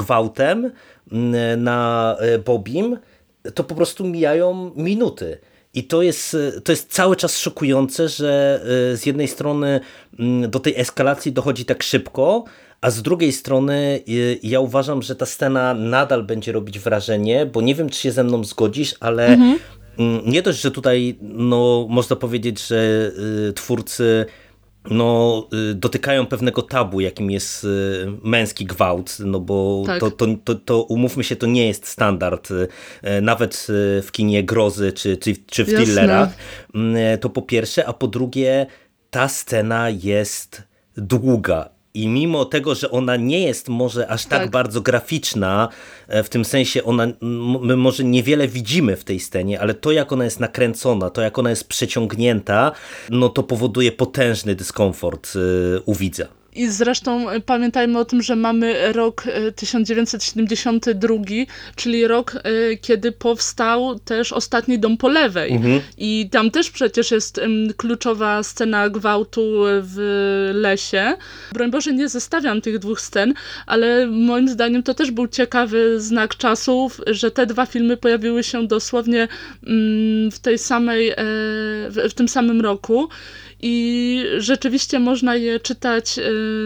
gwałtem y, na Bobim, to po prostu mijają minuty. I to jest, to jest cały czas szokujące, że z jednej strony do tej eskalacji dochodzi tak szybko, a z drugiej strony ja uważam, że ta scena nadal będzie robić wrażenie, bo nie wiem, czy się ze mną zgodzisz, ale mhm. nie dość, że tutaj no, można powiedzieć, że twórcy no, dotykają pewnego tabu, jakim jest męski gwałt, no bo tak. to, to, to, to umówmy się, to nie jest standard, nawet w kinie grozy czy, czy, czy w Jasne. thrillerach, to po pierwsze, a po drugie ta scena jest długa. I mimo tego, że ona nie jest może aż tak, tak bardzo graficzna, w tym sensie ona, my może niewiele widzimy w tej scenie, ale to jak ona jest nakręcona, to jak ona jest przeciągnięta, no to powoduje potężny dyskomfort u widza. I zresztą pamiętajmy o tym, że mamy rok tysiąc dziewięćset siedemdziesiąty drugi, czyli rok, kiedy powstał też Ostatni dom po lewej. Mhm. I tam też przecież jest kluczowa scena gwałtu w lesie. Broń Boże, nie zestawiam tych dwóch scen, ale moim zdaniem to też był ciekawy znak czasów, że te dwa filmy pojawiły się dosłownie w tej samej, w tym samym roku. I rzeczywiście można je czytać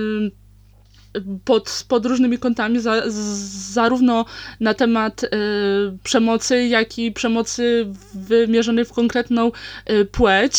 pod, pod różnymi kątami, za, zarówno na temat przemocy, jak i przemocy wymierzonej w konkretną płeć.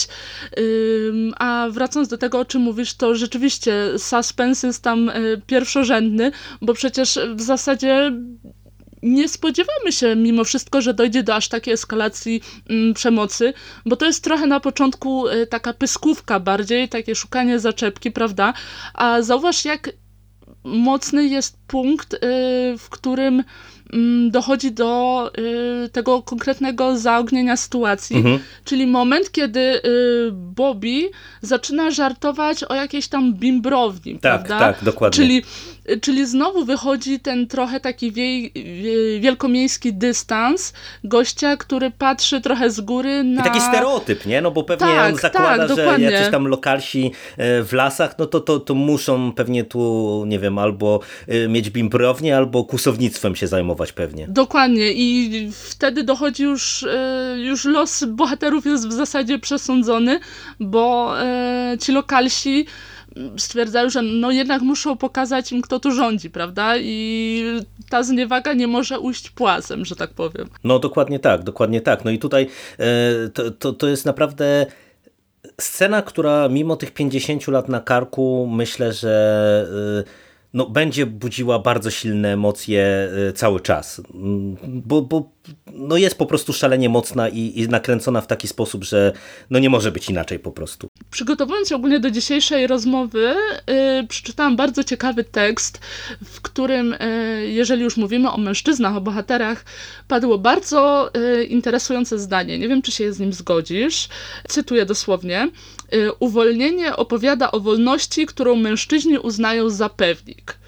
A wracając do tego, o czym mówisz, to rzeczywiście suspens jest tam pierwszorzędny, bo przecież w zasadzie nie spodziewamy się mimo wszystko, że dojdzie do aż takiej eskalacji mm, przemocy, bo to jest trochę na początku y, taka pyskówka bardziej, takie szukanie zaczepki, prawda? A zauważ, jak mocny jest punkt, y, w którym y, dochodzi do y, tego konkretnego zaognienia sytuacji, mhm. czyli moment, kiedy y, Bobby zaczyna żartować o jakiejś tam bimbrowni, tak, prawda? Tak, dokładnie. Czyli Czyli znowu wychodzi ten trochę taki wiej, wielkomiejski dystans gościa, który patrzy trochę z góry na... I taki stereotyp, nie? No bo pewnie tak, on zakłada, tak, że dokładnie. jacyś tam lokalsi w lasach, no to, to, to muszą pewnie tu, nie wiem, albo mieć bimbrownię, albo kłusownictwem się zajmować pewnie. Dokładnie i wtedy dochodzi już, już los bohaterów jest w zasadzie przesądzony, bo ci lokalsi stwierdzają, że no jednak muszą pokazać im, kto tu rządzi, prawda? I ta zniewaga nie może ujść płazem, że tak powiem. No dokładnie tak, dokładnie tak. No i tutaj e, to, to, to jest naprawdę scena, która mimo tych pięćdziesięciu lat na karku, myślę, że e, no, będzie budziła bardzo silne emocje cały czas, bo, bo no jest po prostu szalenie mocna i, i nakręcona w taki sposób, że no nie może być inaczej po prostu. Przygotowując się ogólnie do dzisiejszej rozmowy, yy, przeczytałam bardzo ciekawy tekst, w którym, yy, jeżeli już mówimy o mężczyznach, o bohaterach, padło bardzo yy, interesujące zdanie. Nie wiem, czy się z nim zgodzisz. Cytuję dosłownie. Yy, Uwolnienie opowiada o wolności, którą mężczyźni uznają za pewnik.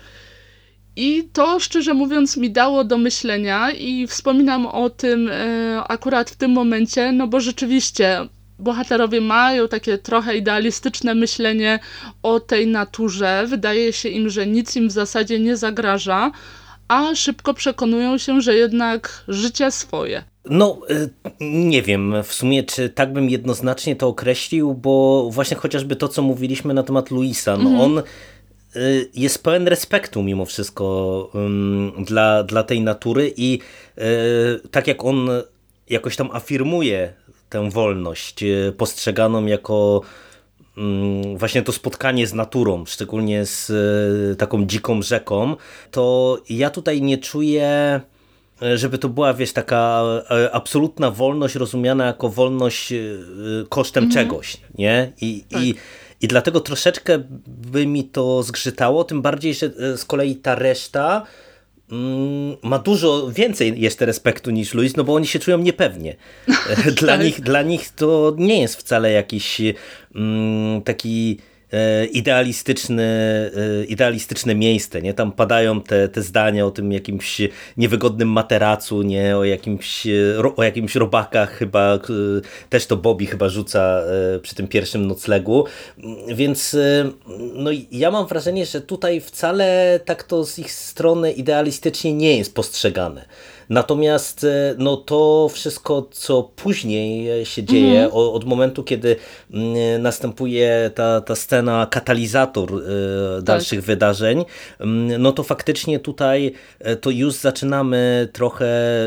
I to, szczerze mówiąc, mi dało do myślenia i wspominam o tym e, akurat w tym momencie, no bo rzeczywiście bohaterowie mają takie trochę idealistyczne myślenie o tej naturze. Wydaje się im, że nic im w zasadzie nie zagraża, a szybko przekonują się, że jednak życie swoje. No, nie wiem w sumie, czy tak bym jednoznacznie to określił, bo właśnie chociażby to, co mówiliśmy na temat Louisa, no mhm. on jest pełen respektu mimo wszystko um, dla, dla tej natury i y, tak jak on jakoś tam afirmuje tę wolność y, postrzeganą jako y, właśnie to spotkanie z naturą, szczególnie z y, taką dziką rzeką, to ja tutaj nie czuję, żeby to była, wiesz, taka absolutna wolność rozumiana jako wolność y, kosztem mhm. czegoś, nie? I, tak. i I dlatego troszeczkę by mi to zgrzytało, tym bardziej, że z kolei ta reszta mm, ma dużo więcej jeszcze respektu niż Louis, no bo oni się czują niepewnie. Dla, tak. nich, dla nich to nie jest wcale jakiś mm, taki idealistyczny, idealistyczne miejsce, nie? Tam padają te, te zdania o tym jakimś niewygodnym materacu, nie? O jakimś, o jakimś robakach chyba, też to Bobby chyba rzuca przy tym pierwszym noclegu, więc no ja mam wrażenie, że tutaj wcale tak to z ich strony idealistycznie nie jest postrzegane. Natomiast no to wszystko, co później się dzieje, mhm. od momentu, kiedy następuje ta, ta scena katalizator dalszych tak. wydarzeń, no to faktycznie tutaj to już zaczynamy trochę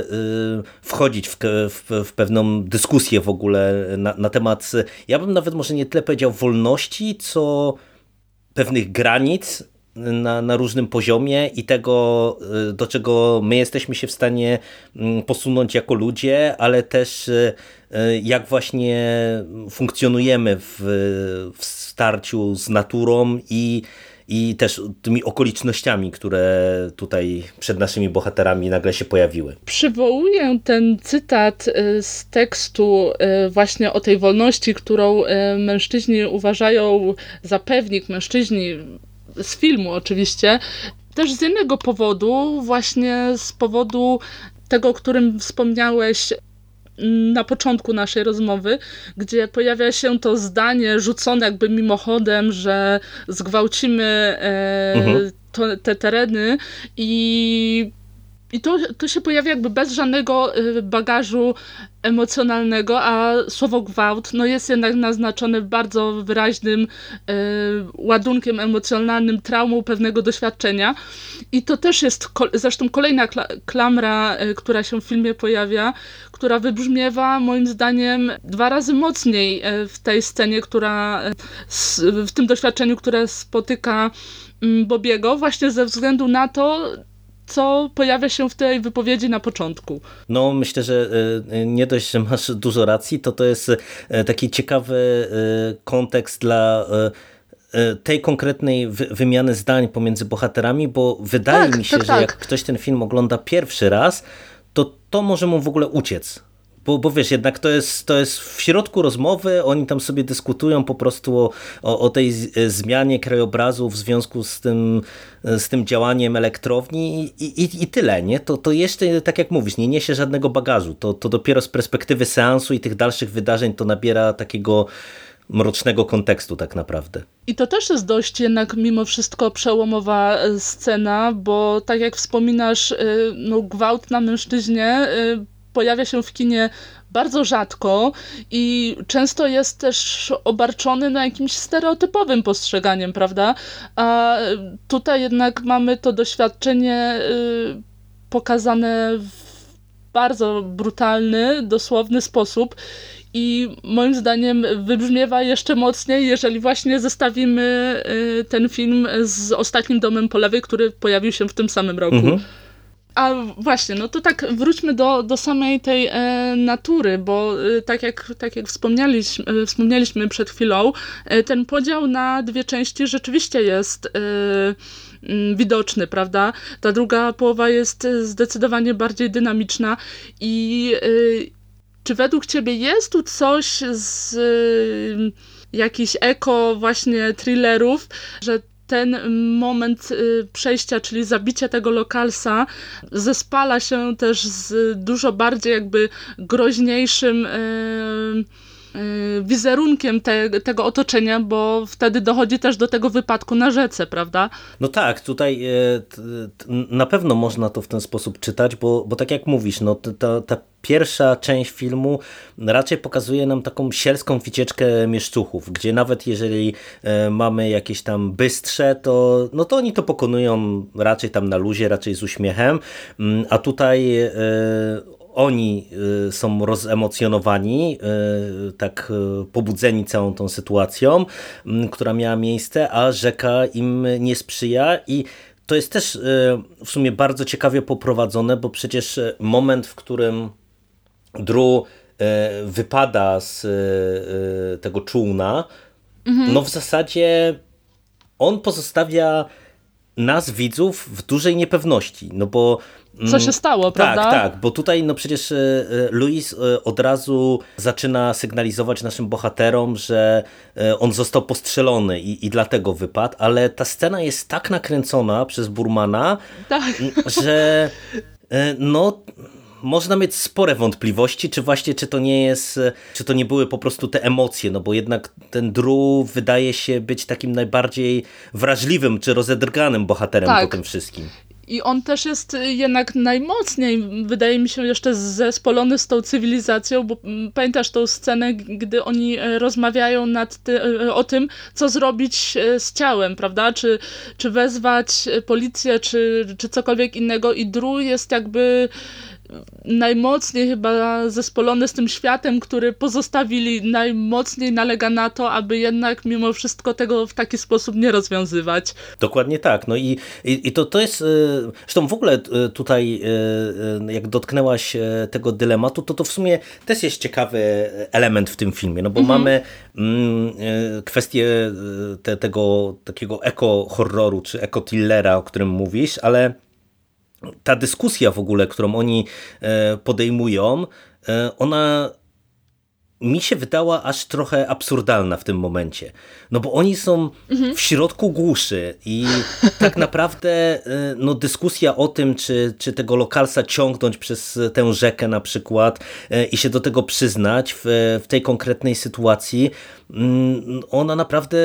wchodzić w, w, w pewną dyskusję w ogóle na, na temat, ja bym nawet może nie tyle powiedział wolności, co pewnych granic na, na różnym poziomie i tego, do czego my jesteśmy się w stanie posunąć jako ludzie, ale też jak właśnie funkcjonujemy w, w starciu z naturą i i też tymi okolicznościami, które tutaj przed naszymi bohaterami nagle się pojawiły. Przywołuję ten cytat z tekstu właśnie o tej wolności, którą mężczyźni uważają za pewnik, mężczyźni z filmu oczywiście, też z innego powodu, właśnie z powodu tego, o którym wspomniałeś na początku naszej rozmowy, gdzie pojawia się to zdanie rzucone jakby mimochodem, że zgwałcimy e, mhm. to, te tereny i, i to, to się pojawia jakby bez żadnego bagażu emocjonalnego, a słowo gwałt no jest jednak naznaczone bardzo wyraźnym e, ładunkiem emocjonalnym, traumą pewnego doświadczenia. I to też jest ko- zresztą kolejna kla- klamra, e, która się w filmie pojawia, która wybrzmiewa moim zdaniem dwa razy mocniej e, w tej scenie, która e, s- w tym doświadczeniu, które spotyka m, Bobiego, właśnie ze względu na to, co pojawia się w tej wypowiedzi na początku. No myślę, że nie dość, że masz dużo racji, to to jest taki ciekawy kontekst dla tej konkretnej wymiany zdań pomiędzy bohaterami, bo wydaje tak, mi się, tak, że tak. jak ktoś ten film ogląda pierwszy raz, to to może mu w ogóle uciec. Bo, bo wiesz, jednak to jest, to jest w środku rozmowy, oni tam sobie dyskutują po prostu o, o, o tej z, zmianie krajobrazu w związku z tym, z tym działaniem elektrowni i, i, i tyle, nie? To, to jeszcze, tak jak mówisz, nie niesie żadnego bagażu. To, to dopiero z perspektywy seansu i tych dalszych wydarzeń to nabiera takiego mrocznego kontekstu tak naprawdę. I to też jest dość jednak mimo wszystko przełomowa scena, bo tak jak wspominasz, no, gwałt na mężczyźnie pojawia się w kinie bardzo rzadko i często jest też obarczony na jakimś stereotypowym postrzeganiem, prawda? A tutaj jednak mamy to doświadczenie pokazane w bardzo brutalny, dosłowny sposób i moim zdaniem wybrzmiewa jeszcze mocniej, jeżeli właśnie zestawimy ten film z Ostatnim domem po lewej, który pojawił się w tym samym roku. Mhm. A właśnie, no to tak wróćmy do, do samej tej e, natury, bo e, tak jak, tak jak wspomnieliśmy, e, wspomnieliśmy przed chwilą, e, ten podział na dwie części rzeczywiście jest e, m, widoczny, prawda? Ta druga połowa jest zdecydowanie bardziej dynamiczna i e, czy według ciebie jest tu coś z e, jakichś eko właśnie thrillerów, że ten moment przejścia, czyli zabicia tego lokalsa, zespala się też z dużo bardziej jakby groźniejszym wizerunkiem te, tego otoczenia, bo wtedy dochodzi też do tego wypadku na rzece, prawda? No tak, tutaj na pewno można to w ten sposób czytać, bo, bo tak jak mówisz, no ta, ta pierwsza część filmu raczej pokazuje nam taką sielską wycieczkę mieszczuchów, gdzie nawet jeżeli mamy jakieś tam bystrze, to, no to oni to pokonują raczej tam na luzie, raczej z uśmiechem, a tutaj oni są rozemocjonowani, tak pobudzeni całą tą sytuacją, która miała miejsce, a rzeka im nie sprzyja i to jest też w sumie bardzo ciekawie poprowadzone, bo przecież moment, w którym Drew wypada z tego czółna, mhm. no w zasadzie on pozostawia nas, widzów, w dużej niepewności, no bo co się stało, prawda? Tak, tak, bo tutaj no przecież Louis od razu zaczyna sygnalizować naszym bohaterom, że on został postrzelony i, i dlatego wypadł, ale ta scena jest tak nakręcona przez Burmana, tak. że no można mieć spore wątpliwości, czy właśnie, czy to nie jest, czy to nie były po prostu te emocje, no bo jednak ten Drew wydaje się być takim najbardziej wrażliwym, czy rozedrganym bohaterem tak. po tym wszystkim. I on też jest jednak najmocniej, wydaje mi się, jeszcze zespolony z tą cywilizacją, bo pamiętasz tą scenę, gdy oni rozmawiają nad ty, o tym, co zrobić z ciałem, prawda? Czy, czy wezwać policję, czy, czy cokolwiek innego. I Drew jest jakby najmocniej chyba zespolony z tym światem, który pozostawili, najmocniej nalega na to, aby jednak mimo wszystko tego w taki sposób nie rozwiązywać. Dokładnie tak. No i, i, i to, to jest, zresztą w ogóle tutaj jak dotknęłaś tego dylematu, to to w sumie też jest ciekawy element w tym filmie, no bo mhm. mamy mm, kwestię te, tego takiego eko-horroru, czy eko-thrillera, o którym mówisz, ale ta dyskusja w ogóle, którą oni podejmują, ona mi się wydała aż trochę absurdalna w tym momencie. No bo oni są mhm. w środku głuszy i tak naprawdę no, dyskusja o tym, czy, czy tego lokalsa ciągnąć przez tę rzekę na przykład i się do tego przyznać w, w tej konkretnej sytuacji, ona naprawdę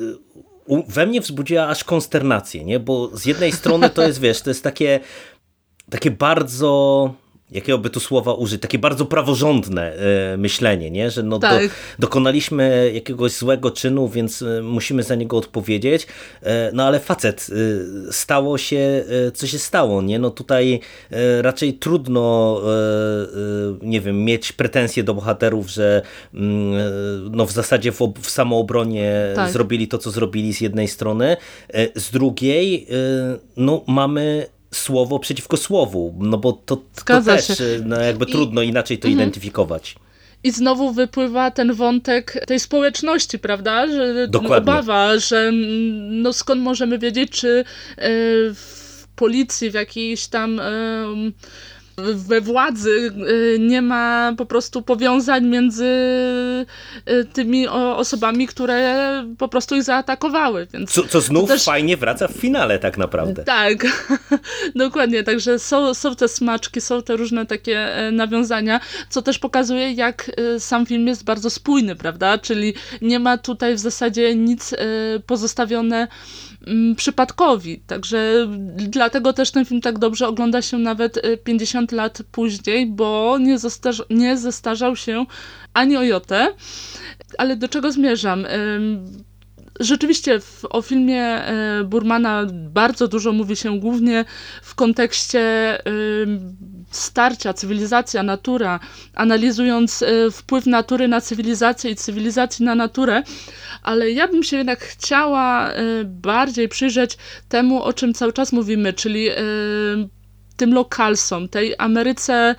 we mnie wzbudziła aż konsternację, nie? Bo z jednej strony to jest, wiesz, to jest takie takie bardzo, jakiego by tu słowa użyć, takie bardzo praworządne e, myślenie, nie? Że no tak. do, dokonaliśmy jakiegoś złego czynu, więc e, musimy za niego odpowiedzieć. E, no ale facet, e, stało się, e, co się stało, nie? No tutaj e, raczej trudno, e, e, nie wiem, mieć pretensje do bohaterów, że mm, no w zasadzie w, w samoobronie tak. zrobili to, co zrobili z jednej strony. E, z drugiej, e, no mamy słowo przeciwko słowu, no bo to, to też no jakby I, trudno inaczej to mm, identyfikować. I znowu wypływa ten wątek tej społeczności, prawda? Że Dokładnie. Obawa, że no skąd możemy wiedzieć, czy y, w policji, w jakiejś tam y, we władzy nie ma po prostu powiązań między tymi osobami, które po prostu ich zaatakowały. Więc co, co znów też fajnie wraca w finale tak naprawdę. Tak, dokładnie. Także są, są te smaczki, są te różne takie nawiązania, co też pokazuje, jak sam film jest bardzo spójny, prawda? Czyli nie ma tutaj w zasadzie nic pozostawione przypadkowi. Także dlatego też ten film tak dobrze ogląda się nawet pięćdziesiąt lat później, bo nie, zestarza, nie zestarzał się ani o jotę. Ale do czego zmierzam? Rzeczywiście w, o filmie Boormana bardzo dużo mówi się głównie w kontekście starcia cywilizacja, natura, analizując wpływ natury na cywilizację i cywilizacji na naturę, ale ja bym się jednak chciała bardziej przyjrzeć temu, o czym cały czas mówimy, czyli tym lokalsom, tej Ameryce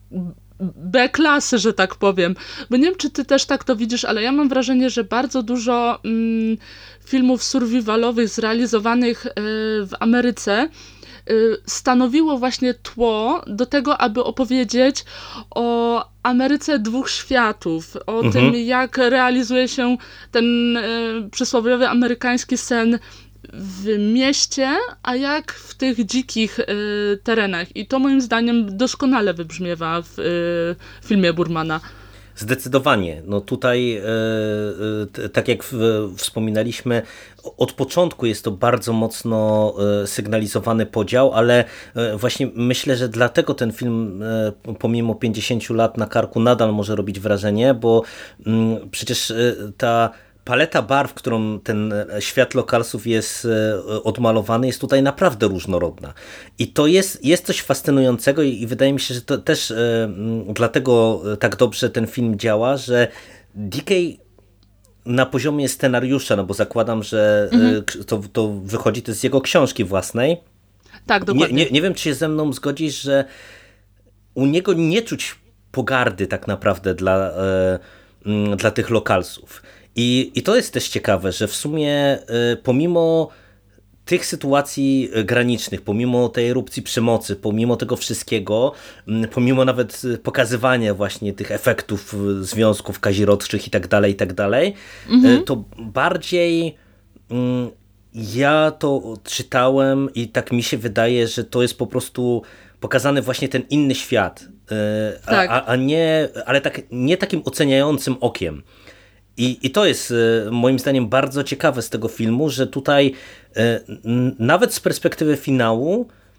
B-klasy, że tak powiem. Bo nie wiem, czy ty też tak to widzisz, ale ja mam wrażenie, że bardzo dużo mm, filmów survivalowych zrealizowanych y, w Ameryce y, stanowiło właśnie tło do tego, aby opowiedzieć o Ameryce dwóch światów, o mhm. tym, jak realizuje się ten y, przysłowiowy amerykański sen w mieście, a jak w tych dzikich y, terenach. I to moim zdaniem doskonale wybrzmiewa w y, filmie Boormana. Zdecydowanie. No tutaj, e, e, tak jak w, wspominaliśmy, od początku jest to bardzo mocno e, sygnalizowany podział, ale e, właśnie myślę, że dlatego ten film e, pomimo pięćdziesięciu lat na karku nadal może robić wrażenie, bo m, przecież e, ta paleta barw, którą ten świat lokalsów jest odmalowany, jest tutaj naprawdę różnorodna. I to jest, jest coś fascynującego i, i wydaje mi się, że to też e, dlatego tak dobrze ten film działa, że D K na poziomie scenariusza, no bo zakładam, że mhm. e, to, to wychodzi to z jego książki własnej. Tak, dokładnie. Nie, nie, nie wiem, czy się ze mną zgodzisz, że u niego nie czuć pogardy tak naprawdę dla, e, dla tych lokalsów. I, I to jest też ciekawe, że w sumie y, pomimo tych sytuacji granicznych, pomimo tej erupcji przemocy, pomimo tego wszystkiego, y, pomimo nawet pokazywania właśnie tych efektów związków kazirodczych i tak dalej, i tak dalej, mhm. y, to bardziej y, ja to czytałem i tak mi się wydaje, że to jest po prostu pokazany właśnie ten inny świat, y, tak. a, a nie, ale tak, nie takim oceniającym okiem. I, I to jest moim zdaniem bardzo ciekawe z tego filmu, że tutaj nawet z perspektywy finału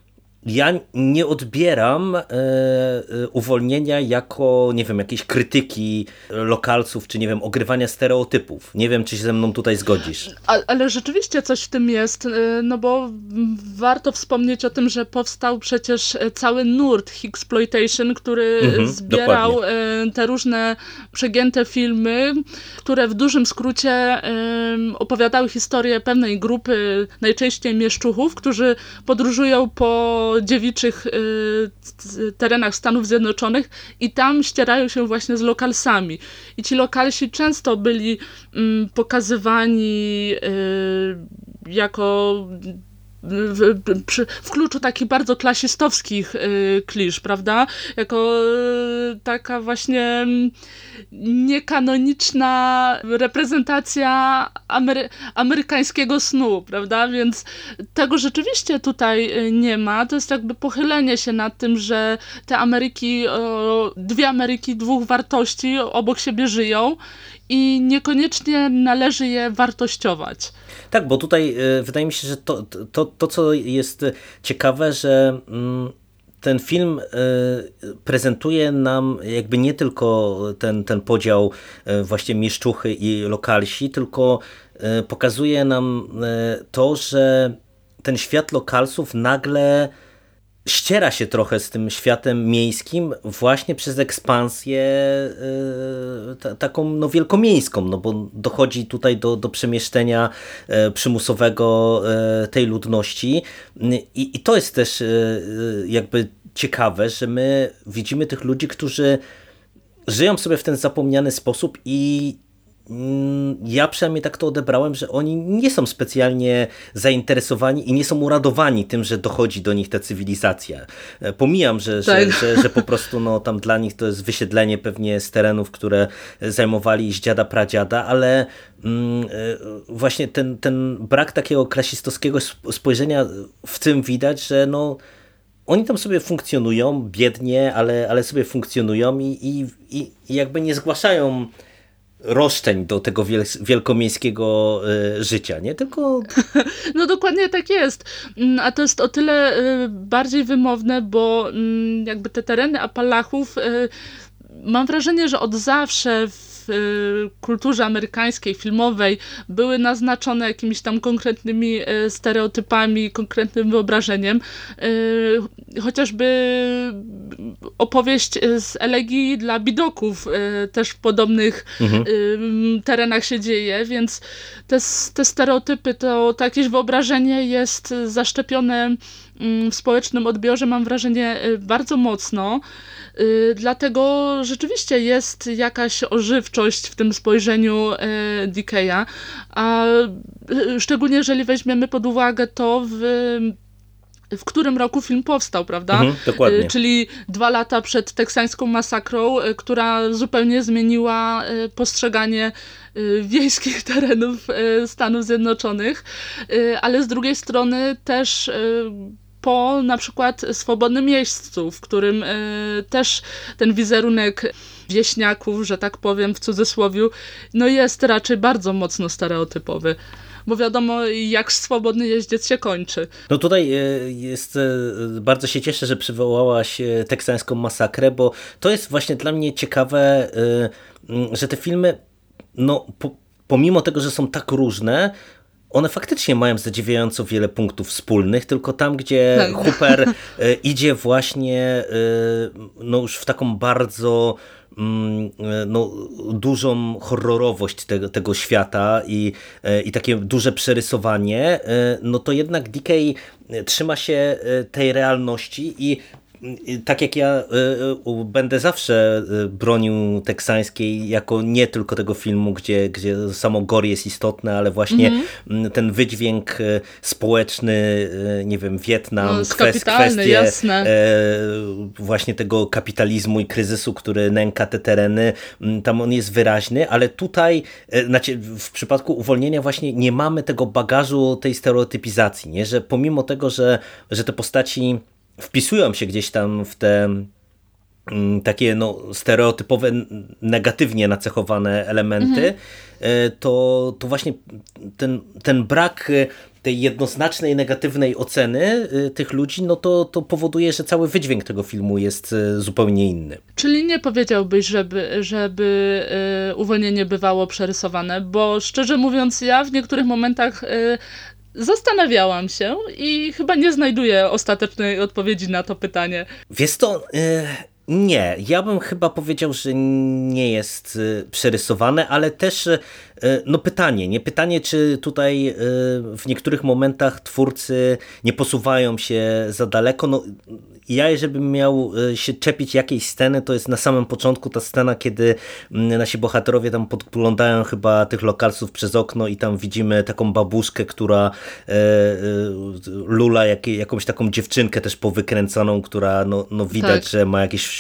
ja nie odbieram e, e, uwolnienia jako, nie wiem, jakiejś krytyki lokalców, czy nie wiem, ogrywania stereotypów. Nie wiem, czy się ze mną tutaj zgodzisz. A, ale rzeczywiście coś w tym jest, no bo warto wspomnieć o tym, że powstał przecież cały nurt Hicksploitation, który Mhm, zbierał dokładnie. te różne przegięte filmy, które w dużym skrócie opowiadały historię pewnej grupy, najczęściej mieszczuchów, którzy podróżują po dziewiczych terenach Stanów Zjednoczonych i tam ścierają się właśnie z lokalsami. I ci lokalsi często byli pokazywani jako w, przy, w kluczu takich bardzo klasistowskich y, klisz, prawda? Jako y, taka właśnie niekanoniczna reprezentacja amery amerykańskiego snu, prawda? Więc tego rzeczywiście tutaj nie ma. To jest jakby pochylenie się nad tym, że te Ameryki, o, dwie Ameryki dwóch wartości obok siebie żyją i niekoniecznie należy je wartościować. Tak, bo tutaj y, wydaje mi się, że to, to, to co jest ciekawe, że mm, ten film y, prezentuje nam jakby nie tylko ten, ten podział y, właśnie mieszczuchy i lokalsi, tylko y, pokazuje nam y, to, że ten świat lokalsów nagle ściera się trochę z tym światem miejskim właśnie przez ekspansję yy, ta, taką no, wielkomiejską, no bo dochodzi tutaj do, do przemieszczenia yy, przymusowego yy, tej ludności i, i to jest też yy, jakby ciekawe, że my widzimy tych ludzi, którzy żyją sobie w ten zapomniany sposób i ja przynajmniej tak to odebrałem, że oni nie są specjalnie zainteresowani i nie są uradowani tym, że dochodzi do nich ta cywilizacja. Pomijam, że, tak. że, że, że po prostu no, tam dla nich to jest wysiedlenie pewnie z terenów, które zajmowali z dziada pradziada, ale mm, właśnie ten, ten brak takiego klasistowskiego spojrzenia w tym widać, że no oni tam sobie funkcjonują, biednie, ale, ale sobie funkcjonują i, i, i jakby nie zgłaszają roszczeń do tego wielkomiejskiego życia, nie? Tylko... No dokładnie tak jest. A to jest o tyle bardziej wymowne, bo jakby te tereny Apalachów, mam wrażenie, że od zawsze w kulturze amerykańskiej, filmowej były naznaczone jakimiś tam konkretnymi stereotypami, konkretnym wyobrażeniem. Chociażby opowieść z Elegii dla Bidoków też w podobnych mhm. terenach się dzieje, więc te, te stereotypy, to, to jakieś wyobrażenie jest zaszczepione w społecznym odbiorze, mam wrażenie, bardzo mocno. Dlatego rzeczywiście jest jakaś ożywczość w tym spojrzeniu Dickeya, a szczególnie jeżeli weźmiemy pod uwagę to, w, w którym roku film powstał, prawda? Mhm, dokładnie. Czyli dwa lata przed teksańską masakrą, która zupełnie zmieniła postrzeganie wiejskich terenów Stanów Zjednoczonych, ale z drugiej strony też po na przykład Swobodnym Miejscu, w którym y, też ten wizerunek wieśniaków, że tak powiem w cudzysłowiu, no jest raczej bardzo mocno stereotypowy. Bo wiadomo, jak swobodny jeździec się kończy. No tutaj jest, bardzo się cieszę, że przywołałaś teksańską masakrę, bo to jest właśnie dla mnie ciekawe, że te filmy, no po, pomimo tego, że są tak różne, one faktycznie mają zadziwiająco wiele punktów wspólnych, tylko tam, gdzie tak. Hooper idzie właśnie no już w taką bardzo no, dużą horrorowość tego, tego świata i, i takie duże przerysowanie, no to jednak Dickey trzyma się tej realności i tak jak ja y, y, będę zawsze bronił teksańskiej jako nie tylko tego filmu, gdzie, gdzie samo gore jest istotne, ale właśnie mm-hmm. ten wydźwięk społeczny, nie wiem, Wietnam, no, kwestie jasne. właśnie tego kapitalizmu i kryzysu, który nęka te tereny, tam on jest wyraźny, ale tutaj znaczy w przypadku uwolnienia właśnie nie mamy tego bagażu tej stereotypizacji, nie? Że pomimo tego, że, że te postaci wpisują się gdzieś tam w te takie no, stereotypowe, negatywnie nacechowane elementy, mhm. to, to właśnie ten, ten brak tej jednoznacznej negatywnej oceny tych ludzi, no to, to powoduje, że cały wydźwięk tego filmu jest zupełnie inny. Czyli nie powiedziałbyś, żeby, żeby y, uwolnienie bywało przerysowane, bo szczerze mówiąc ja w niektórych momentach y, zastanawiałam się i chyba nie znajduję ostatecznej odpowiedzi na to pytanie. Wiesz to... Y Nie, ja bym chyba powiedział, że nie jest przerysowane, ale też no pytanie, nie pytanie, czy tutaj w niektórych momentach twórcy nie posuwają się za daleko. No, ja jeżeli bym miał się czepić jakiejś sceny, to jest na samym początku ta scena, kiedy nasi bohaterowie tam podglądają chyba tych lokalsów przez okno i tam widzimy taką babuszkę, która lula jak, jakąś taką dziewczynkę też powykręcaną, która no, no widać, tak, że ma jakieś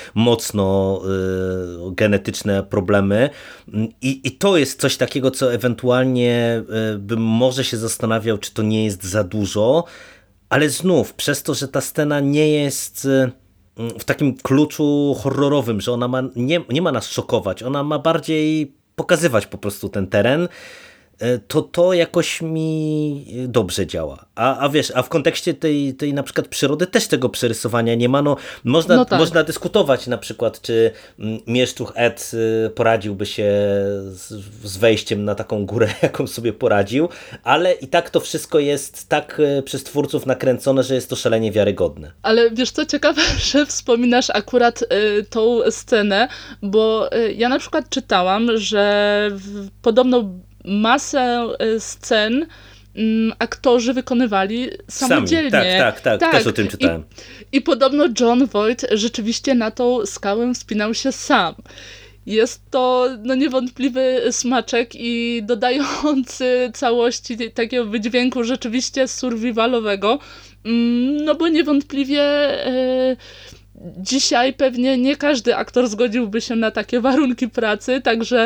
mocno y, genetyczne problemy I, i to jest coś takiego, co ewentualnie y, bym może się zastanawiał, czy to nie jest za dużo, ale znów przez to, że ta scena nie jest y, w takim kluczu horrorowym, że ona ma, nie, nie ma nas szokować, ona ma bardziej pokazywać po prostu ten teren, to to jakoś mi dobrze działa. A, a wiesz, a w kontekście tej, tej na przykład przyrody też tego przerysowania nie ma. No, można, no tak. można dyskutować na przykład, czy Mieszczuch Ed poradziłby się z, z wejściem na taką górę, jaką sobie poradził, ale i tak to wszystko jest tak przez twórców nakręcone, że jest to szalenie wiarygodne. Ale wiesz co, ciekawe, że wspominasz akurat y, tą scenę, bo y, ja na przykład czytałam, że w, podobno masę scen um, aktorzy wykonywali samodzielnie. Sami. Tak, tak, tak, tak, też o tym czytałem. I, I podobno Jon Voight rzeczywiście na tą skałę wspinał się sam. Jest to no, niewątpliwy smaczek i dodający całości takiego wydźwięku rzeczywiście survivalowego, um, no bo niewątpliwie e, dzisiaj pewnie nie każdy aktor zgodziłby się na takie warunki pracy, także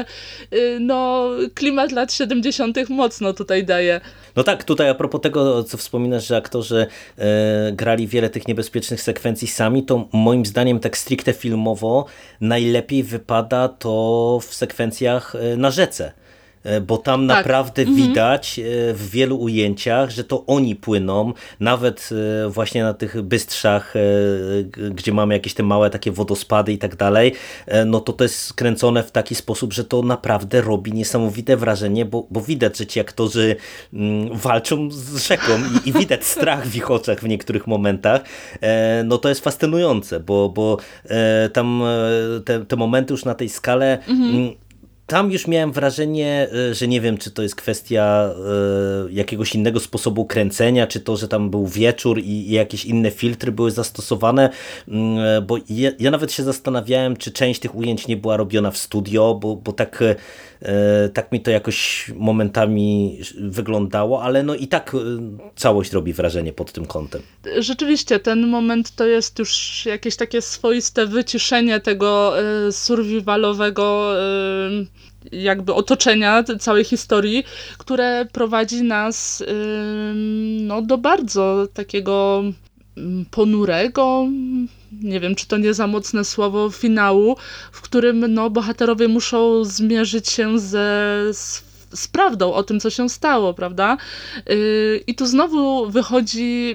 no, klimat lat siedemdziesiątych mocno tutaj daje. No tak, tutaj a propos tego, co wspominasz, że aktorzy e, grali wiele tych niebezpiecznych sekwencji sami, to moim zdaniem tak stricte filmowo najlepiej wypada to w sekwencjach na rzece. Bo tam tak. naprawdę mhm. widać w wielu ujęciach, że to oni płyną, nawet właśnie na tych bystrzach, gdzie mamy jakieś te małe takie wodospady i tak dalej, no to to jest skręcone w taki sposób, że to naprawdę robi niesamowite wrażenie, bo, bo widać, że ci aktorzy walczą z rzeką i, i widać strach w ich oczach w niektórych momentach. No to jest fascynujące, bo, bo tam te, te momenty już na tej skale mhm. Tam już miałem wrażenie, że nie wiem, czy to jest kwestia jakiegoś innego sposobu kręcenia, czy to, że tam był wieczór i jakieś inne filtry były zastosowane, bo ja, ja nawet się zastanawiałem, czy część tych ujęć nie była robiona w studio, bo, bo tak, tak mi to jakoś momentami wyglądało, ale no i tak całość robi wrażenie pod tym kątem. Rzeczywiście, ten moment to jest już jakieś takie swoiste wyciszenie tego survivalowego jakby otoczenia całej historii, które prowadzi nas no, do bardzo takiego ponurego, nie wiem, czy to nie za mocne słowo, finału, w którym no, bohaterowie muszą zmierzyć się ze z prawdą o tym, co się stało, prawda? I tu znowu wychodzi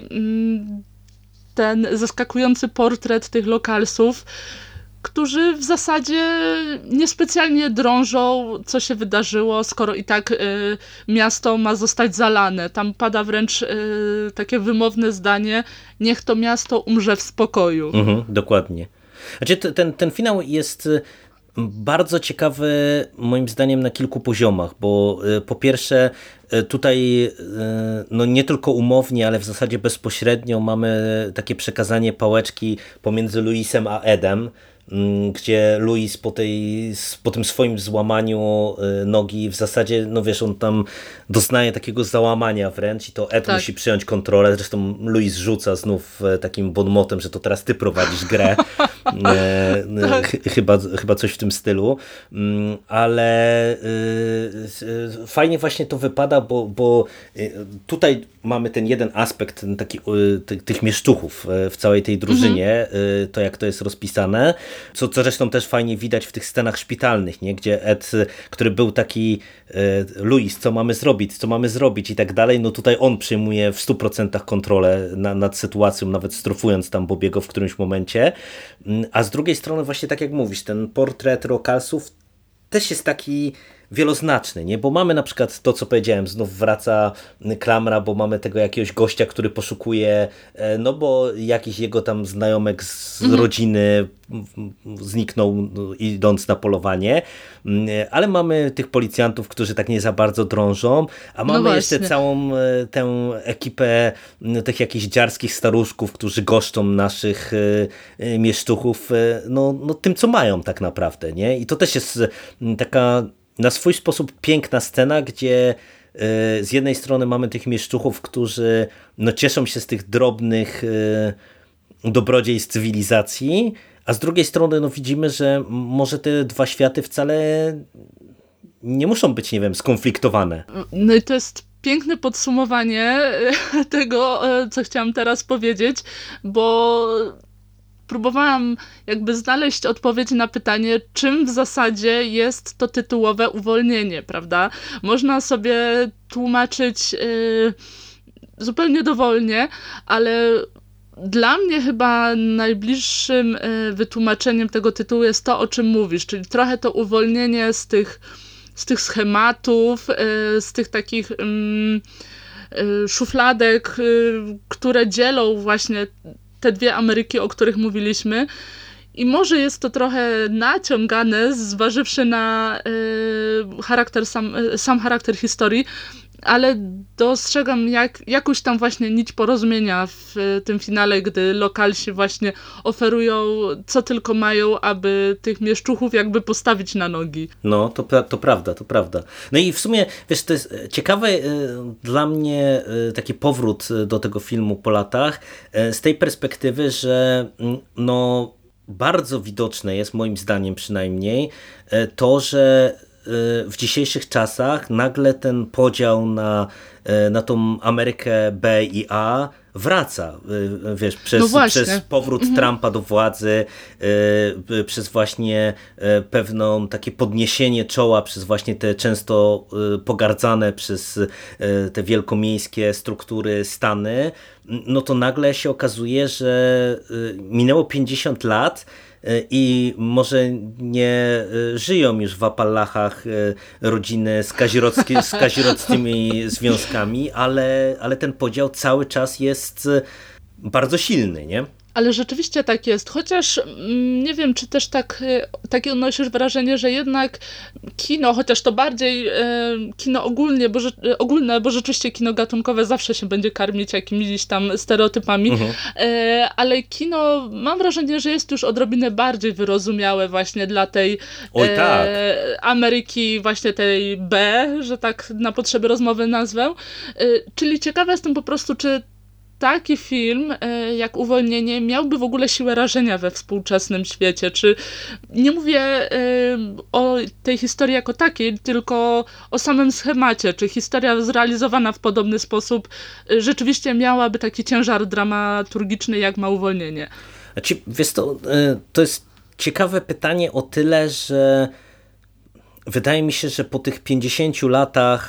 ten zaskakujący portret tych lokalsów, którzy w zasadzie niespecjalnie drążą, co się wydarzyło, skoro i tak y, miasto ma zostać zalane. Tam pada wręcz y, takie wymowne zdanie: niech to miasto umrze w spokoju. Mhm, dokładnie. Znaczy, ten, ten finał jest bardzo ciekawy moim zdaniem na kilku poziomach, bo po pierwsze tutaj no nie tylko umownie, ale w zasadzie bezpośrednio mamy takie przekazanie pałeczki pomiędzy Louisem a Edem, gdzie Louis po, tej, po tym swoim złamaniu nogi w zasadzie, no wiesz, on tam doznaje takiego załamania wręcz i to Ed tak. musi przyjąć kontrolę. Zresztą Louis rzuca znów takim bonmotem, że to teraz ty prowadzisz grę. tak. chyba, chyba coś w tym stylu. Ale fajnie właśnie to wypada, bo, bo tutaj mamy ten jeden aspekt ten taki, tych mieszczuchów w całej tej drużynie, mhm. to jak to jest rozpisane. co, co zresztą też fajnie widać w tych scenach szpitalnych, nie? Gdzie Ed, który był taki Louis, co mamy zrobić, co mamy zrobić i tak dalej, no tutaj on przyjmuje w stu procentach kontrolę na, nad sytuacją, nawet strofując tam Bobiego w którymś momencie, a z drugiej strony właśnie tak jak mówisz, ten portret Rocalsów też jest taki wieloznaczny, nie? Bo mamy na przykład to, co powiedziałem, znów wraca klamra, bo mamy tego jakiegoś gościa, który poszukuje, no bo jakiś jego tam znajomek z mhm. rodziny zniknął idąc na polowanie, ale mamy tych policjantów, którzy tak nie za bardzo drążą, a mamy no jeszcze całą tę ekipę tych jakichś dziarskich staruszków, którzy goszczą naszych mieszczuchów, no, no tym, co mają tak naprawdę, nie? I to też jest taka na swój sposób piękna scena, gdzie z jednej strony mamy tych mieszczuchów, którzy no, cieszą się z tych drobnych dobrodziejstw cywilizacji, a z drugiej strony no, widzimy, że może te dwa światy wcale nie muszą być, nie wiem, skonfliktowane. No i to jest piękne podsumowanie tego, co chciałam teraz powiedzieć, bo próbowałam jakby znaleźć odpowiedź na pytanie, czym w zasadzie jest to tytułowe uwolnienie, prawda? Można sobie tłumaczyć yy, zupełnie dowolnie, ale dla mnie chyba najbliższym yy, wytłumaczeniem tego tytułu jest to, o czym mówisz, czyli trochę to uwolnienie z tych, z tych schematów, yy, z tych takich yy, yy, szufladek, yy, które dzielą właśnie te dwie Ameryki, o których mówiliśmy. I może jest to trochę naciągane, zważywszy na y, charakter, sam, sam charakter historii, ale dostrzegam jak, jakąś tam właśnie nić porozumienia w tym finale, gdy lokalsi właśnie oferują co tylko mają, aby tych mieszczuchów jakby postawić na nogi. No, to, to prawda, to prawda. No i w sumie, wiesz, to jest ciekawe y, dla mnie y, taki powrót do tego filmu po latach y, z tej perspektywy, że y, no bardzo widoczne jest, moim zdaniem przynajmniej, y, to, że w dzisiejszych czasach nagle ten podział na, na tą Amerykę B i A wraca, wiesz, przez, no przez powrót mhm. Trumpa do władzy, przez właśnie pewną takie podniesienie czoła przez właśnie te często pogardzane przez te wielkomiejskie struktury Stany, no to nagle się okazuje, że minęło pięćdziesiąt lat i może nie żyją już w Appalachach rodziny z, z kazirodzkimi związkami, ale, ale ten podział cały czas jest bardzo silny, nie? Ale rzeczywiście tak jest, chociaż nie wiem, czy też tak, takie odnosisz wrażenie, że jednak kino, chociaż to bardziej e, kino ogólnie, bo, ogólne, bo rzeczywiście kino gatunkowe zawsze się będzie karmić jakimiś tam stereotypami, mhm. e, ale kino, mam wrażenie, że jest już odrobinę bardziej wyrozumiałe właśnie dla tej Oj, tak. e, Ameryki, właśnie tej B, że tak na potrzeby rozmowy nazwę. E, czyli ciekawa jestem po prostu, czy taki film jak Uwolnienie miałby w ogóle siłę rażenia we współczesnym świecie. Czy nie mówię o tej historii jako takiej, tylko o samym schemacie. Czy historia zrealizowana w podobny sposób rzeczywiście miałaby taki ciężar dramaturgiczny, jak ma Uwolnienie? Znaczy, wiesz, to, to jest ciekawe pytanie o tyle, że wydaje mi się, że po tych pięćdziesięciu latach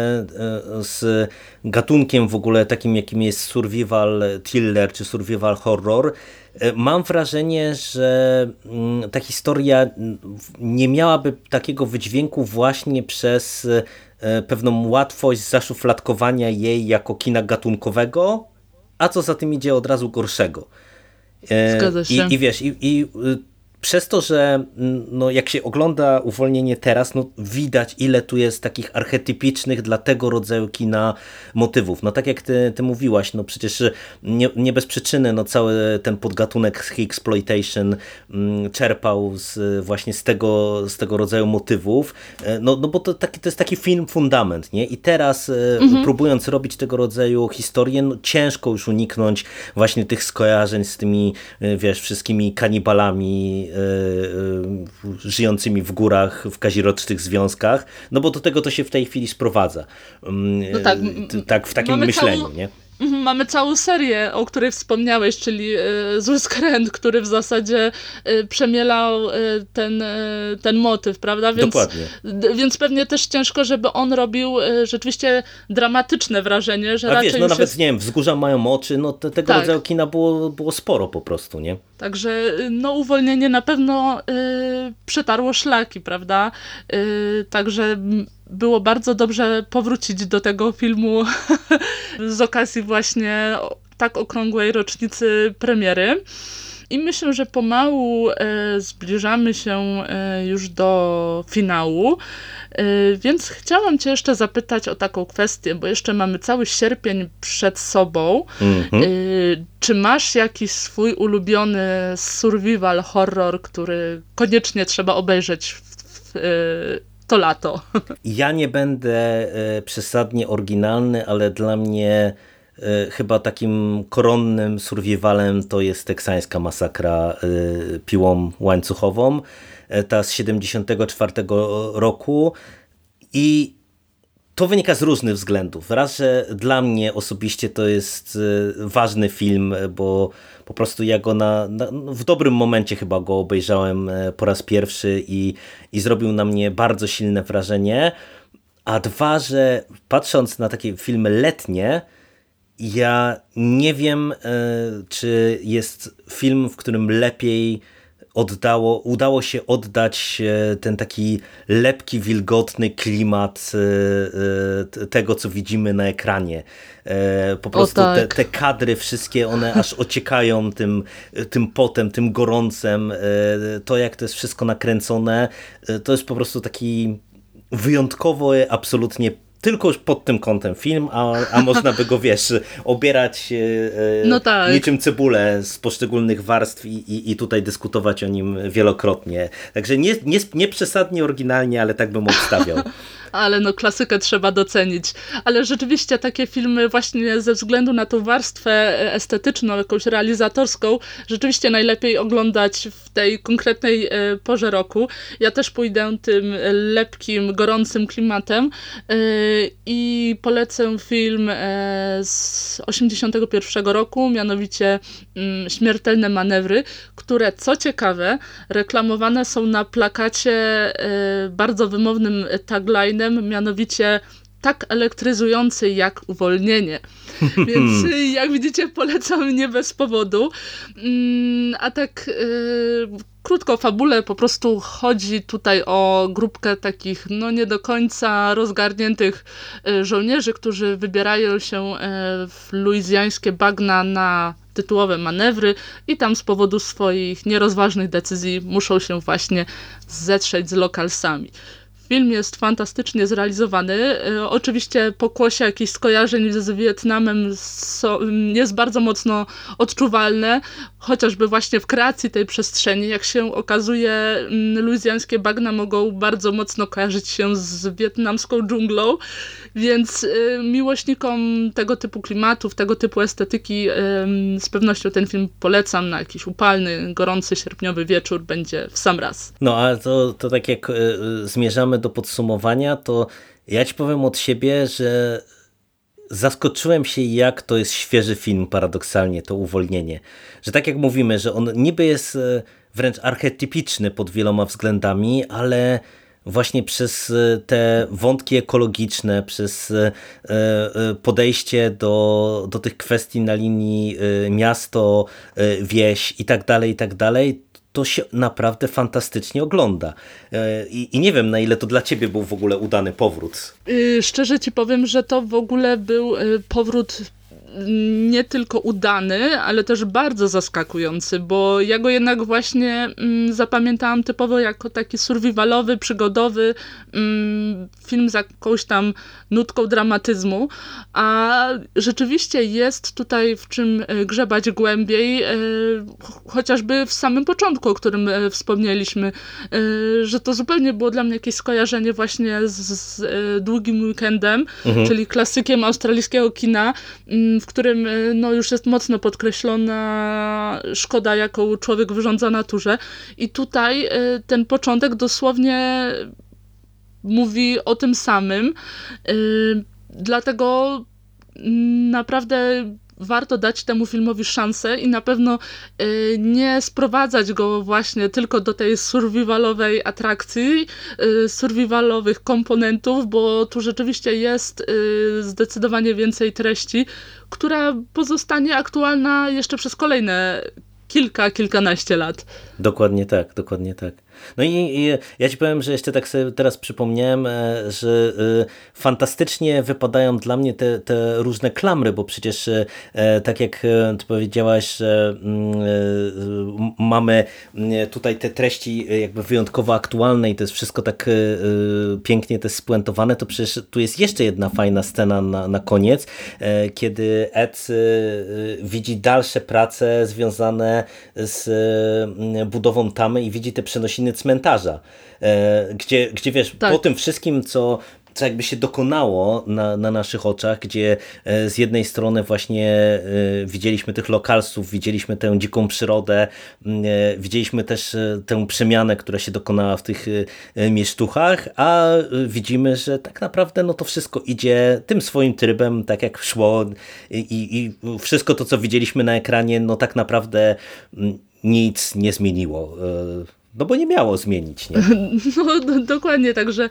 z gatunkiem w ogóle takim, jakim jest survival thriller czy survival horror, mam wrażenie, że ta historia nie miałaby takiego wydźwięku właśnie przez pewną łatwość zaszufladkowania jej jako kina gatunkowego, a co za tym idzie od razu gorszego. Zgadza się. I, i wiesz, i, i przez to, że no, jak się ogląda Uwolnienie teraz, no, widać, ile tu jest takich archetypicznych dla tego rodzaju kina motywów. No tak jak ty, ty mówiłaś, no przecież nie, nie bez przyczyny no, cały ten podgatunek exploitation mm, czerpał z, właśnie z tego, z tego rodzaju motywów. No, no bo to, taki, to jest taki film fundament, nie? I teraz mhm. próbując robić tego rodzaju historię, no, ciężko już uniknąć właśnie tych skojarzeń z tymi, wiesz, wszystkimi kanibalami żyjącymi w górach, w kazirocznych związkach, no bo do tego to się w tej chwili sprowadza. No tak, tak w takim myśleniu, całą, nie? Mhm, mamy całą serię, o której wspomniałeś, czyli y, Zły skręt, który w zasadzie y, przemielał y, ten, y, ten motyw, prawda? Więc, Dokładnie. d- więc pewnie też ciężko, żeby on robił y, rzeczywiście dramatyczne wrażenie, że A raczej wiesz, no już nawet, jest... nie wiem, Wzgórza mają oczy, no te, tego Tak. rodzaju kina było, było sporo po prostu, nie? Także y, no uwolnienie na pewno y, przetarło szlaki, prawda? Y, także m, było bardzo dobrze powrócić do tego filmu z okazji właśnie o- tak okrągłej rocznicy premiery. I myślę, że pomału e, zbliżamy się e, już do finału, e, więc chciałam cię jeszcze zapytać o taką kwestię, bo jeszcze mamy cały sierpień przed sobą. Mhm. E, czy masz jakiś swój ulubiony survival horror, który koniecznie trzeba obejrzeć w, w, e, to lato? Ja nie będę e, przesadnie oryginalny, ale dla mnie e, chyba takim koronnym survivalem to jest teksańska masakra e, piłą łańcuchową, e, ta z siedemdziesiątego czwartego roku i to wynika z różnych względów. Raz, że dla mnie osobiście to jest e, ważny film, bo po prostu ja go na, na, w dobrym momencie chyba go obejrzałem e, po raz pierwszy i, i zrobił na mnie bardzo silne wrażenie. A dwa, że patrząc na takie filmy letnie, ja nie wiem, e, czy jest film, w którym lepiej oddało, udało się oddać e, ten taki lepki, wilgotny klimat e, e, tego, co widzimy na ekranie. E, Po prostu tak. te, te kadry wszystkie, one aż ociekają tym, tym potem, tym gorącem. E, To, jak to jest wszystko nakręcone, e, to jest po prostu taki wyjątkowy, absolutnie tylko już pod tym kątem film, a, a można by go, wiesz, obierać e, No tak. niczym cebulę z poszczególnych warstw i, i, i tutaj dyskutować o nim wielokrotnie. Także nie, nie, nie przesadnie oryginalnie, ale tak bym obstawiał. Ale no klasykę trzeba docenić. Ale rzeczywiście takie filmy właśnie ze względu na tą warstwę estetyczną, jakąś realizatorską, rzeczywiście najlepiej oglądać w tej konkretnej e, porze roku. Ja też pójdę tym lepkim, gorącym klimatem e, i polecę film e, z osiemdziesiątego pierwszego roku, mianowicie mm, Śmiertelne manewry, które co ciekawe reklamowane są na plakacie e, bardzo wymownym taglinem, mianowicie tak elektryzujący jak uwolnienie. Więc y, jak widzicie, polecam nie bez powodu. Mm, A tak y, krótko o fabule, po prostu chodzi tutaj o grupkę takich no nie do końca rozgarniętych y, żołnierzy, którzy wybierają się y, w luizjańskie bagna na tytułowe manewry i tam z powodu swoich nierozważnych decyzji muszą się właśnie zetrzeć z lokalsami. Film jest fantastycznie zrealizowany. E, oczywiście pokłosie jakichś skojarzeń z Wietnamem so, jest bardzo mocno odczuwalne, chociażby właśnie w kreacji tej przestrzeni. Jak się okazuje, mm, luizjańskie bagna mogą bardzo mocno kojarzyć się z wietnamską dżunglą, więc e, miłośnikom tego typu klimatów, tego typu estetyki e, z pewnością ten film polecam na jakiś upalny, gorący, sierpniowy wieczór. Będzie w sam raz. No a to, to tak jak y, zmierzamy do podsumowania, to ja ci powiem od siebie, że zaskoczyłem się, jak to jest świeży film, paradoksalnie, to uwolnienie. Że tak jak mówimy, że on niby jest wręcz archetypiczny pod wieloma względami, ale właśnie przez te wątki ekologiczne, przez podejście do, do tych kwestii na linii miasto, wieś i tak dalej, i tak dalej, to się naprawdę fantastycznie ogląda. I, I nie wiem, na ile to dla ciebie był w ogóle udany powrót. Yy, szczerze ci powiem, że to w ogóle był yy, powrót nie tylko udany, ale też bardzo zaskakujący, bo ja go jednak właśnie mm, zapamiętałam typowo jako taki survivalowy, przygodowy mm, film z jakąś tam nutką dramatyzmu, a rzeczywiście jest tutaj w czym grzebać głębiej, e, chociażby w samym początku, o którym e, wspomnieliśmy, e, że to zupełnie było dla mnie jakieś skojarzenie właśnie z, z e, Długim weekendem, mhm. czyli klasykiem australijskiego kina, m, w którym no, już jest mocno podkreślona szkoda, jaką człowiek wyrządza naturze. I tutaj ten początek dosłownie mówi o tym samym. Dlatego naprawdę warto dać temu filmowi szansę i na pewno y, nie sprowadzać go właśnie tylko do tej survivalowej atrakcji, y, survivalowych komponentów, bo tu rzeczywiście jest y, zdecydowanie więcej treści, która pozostanie aktualna jeszcze przez kolejne kilka, kilkanaście lat. Dokładnie tak, dokładnie tak. No i, i ja ci powiem, że jeszcze tak sobie teraz przypomniałem, e, że e, fantastycznie wypadają dla mnie te, te różne klamry, bo przecież e, tak jak e, ty powiedziałaś, że mm, e, mamy tutaj te treści jakby wyjątkowo aktualne i to jest wszystko tak e, pięknie też spuentowane, to przecież tu jest jeszcze jedna fajna scena na, na koniec, e, kiedy Ed e, widzi dalsze prace związane z e, budową tamy i widzi te przenosiny cmentarza, e, gdzie, gdzie wiesz, tak. po tym wszystkim, co co jakby się dokonało na, na naszych oczach, gdzie e, z jednej strony właśnie e, widzieliśmy tych lokalsów, widzieliśmy tę dziką przyrodę, e, widzieliśmy też e, tę przemianę, która się dokonała w tych e, miesztuchach, a e, widzimy, że tak naprawdę no to wszystko idzie tym swoim trybem, tak jak szło i, i, i wszystko to, co widzieliśmy na ekranie, no tak naprawdę m, nic nie zmieniło. E, no bo nie miało zmienić, nie? No do, dokładnie, także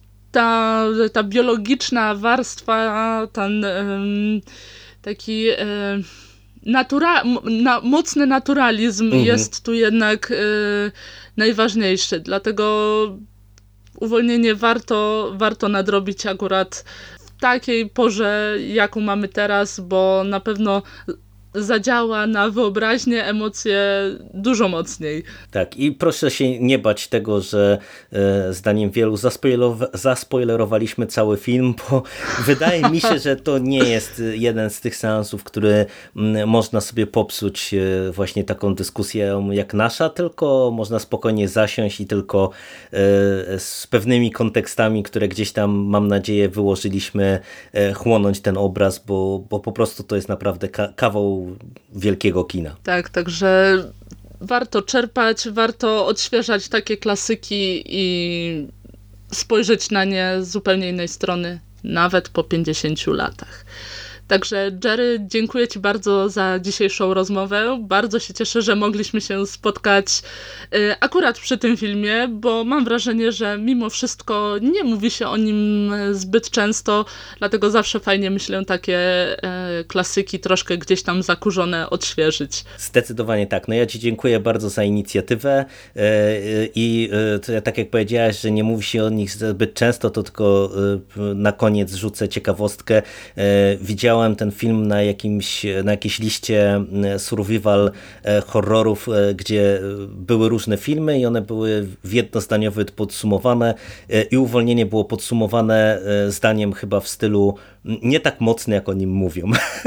ta, ta biologiczna warstwa, ten um, taki um, natura, na, mocny naturalizm mhm. jest tu jednak um, najważniejszy, dlatego uwolnienie warto, warto nadrobić akurat w takiej porze, jaką mamy teraz, bo na pewno zadziała na wyobraźnię, emocje dużo mocniej. Tak, i proszę się nie bać tego, że e, zdaniem wielu zaspoilerow- zaspoilerowaliśmy cały film, bo wydaje mi się, że to nie jest jeden z tych seansów, który m, można sobie popsuć e, właśnie taką dyskusję jak nasza, tylko można spokojnie zasiąść i tylko e, z pewnymi kontekstami, które gdzieś tam, mam nadzieję, wyłożyliśmy, e, chłonąć ten obraz, bo, bo po prostu to jest naprawdę ka- kawał wielkiego kina. Tak, także warto czerpać, warto odświeżać takie klasyki i spojrzeć na nie z zupełnie innej strony, nawet po pięćdziesięciu latach. Także Jerry, dziękuję Ci bardzo za dzisiejszą rozmowę. Bardzo się cieszę, że mogliśmy się spotkać y, akurat przy tym filmie, bo mam wrażenie, że mimo wszystko nie mówi się o nim zbyt często, dlatego zawsze fajnie, myślę, takie y, klasyki troszkę gdzieś tam zakurzone odświeżyć. Zdecydowanie tak. No ja Ci dziękuję bardzo za inicjatywę y, y, i y, tak jak powiedziałaś, że nie mówi się o nich zbyt często, to tylko y, na koniec rzucę ciekawostkę. Y, widziałem ten film na jakimś, na jakiejś liście survival horrorów, gdzie były różne filmy i one były w jednozdaniowo podsumowane i uwolnienie było podsumowane zdaniem chyba w stylu nie tak mocny, jak o nim mówią.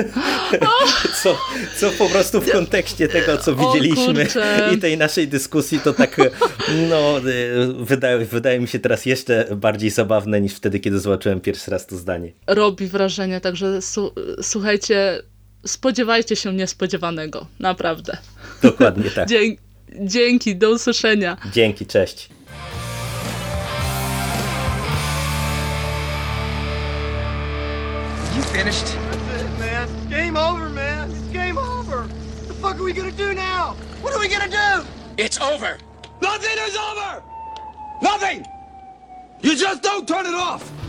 co, co po prostu w kontekście tego, co widzieliśmy i tej naszej dyskusji, to tak no, wydaje, wydaje mi się teraz jeszcze bardziej zabawne niż wtedy, kiedy zobaczyłem pierwszy raz to zdanie. Robi wrażenie, także su- słuchajcie, spodziewajcie się niespodziewanego, naprawdę. Dokładnie tak. Dzie- dzięki, do usłyszenia. Dzięki, cześć. You finished? That's it, man. Game over, man. It's game over. What the fuck are we gonna do now? What are we gonna do? It's over. Nothing is over! Nothing! You just don't turn it off!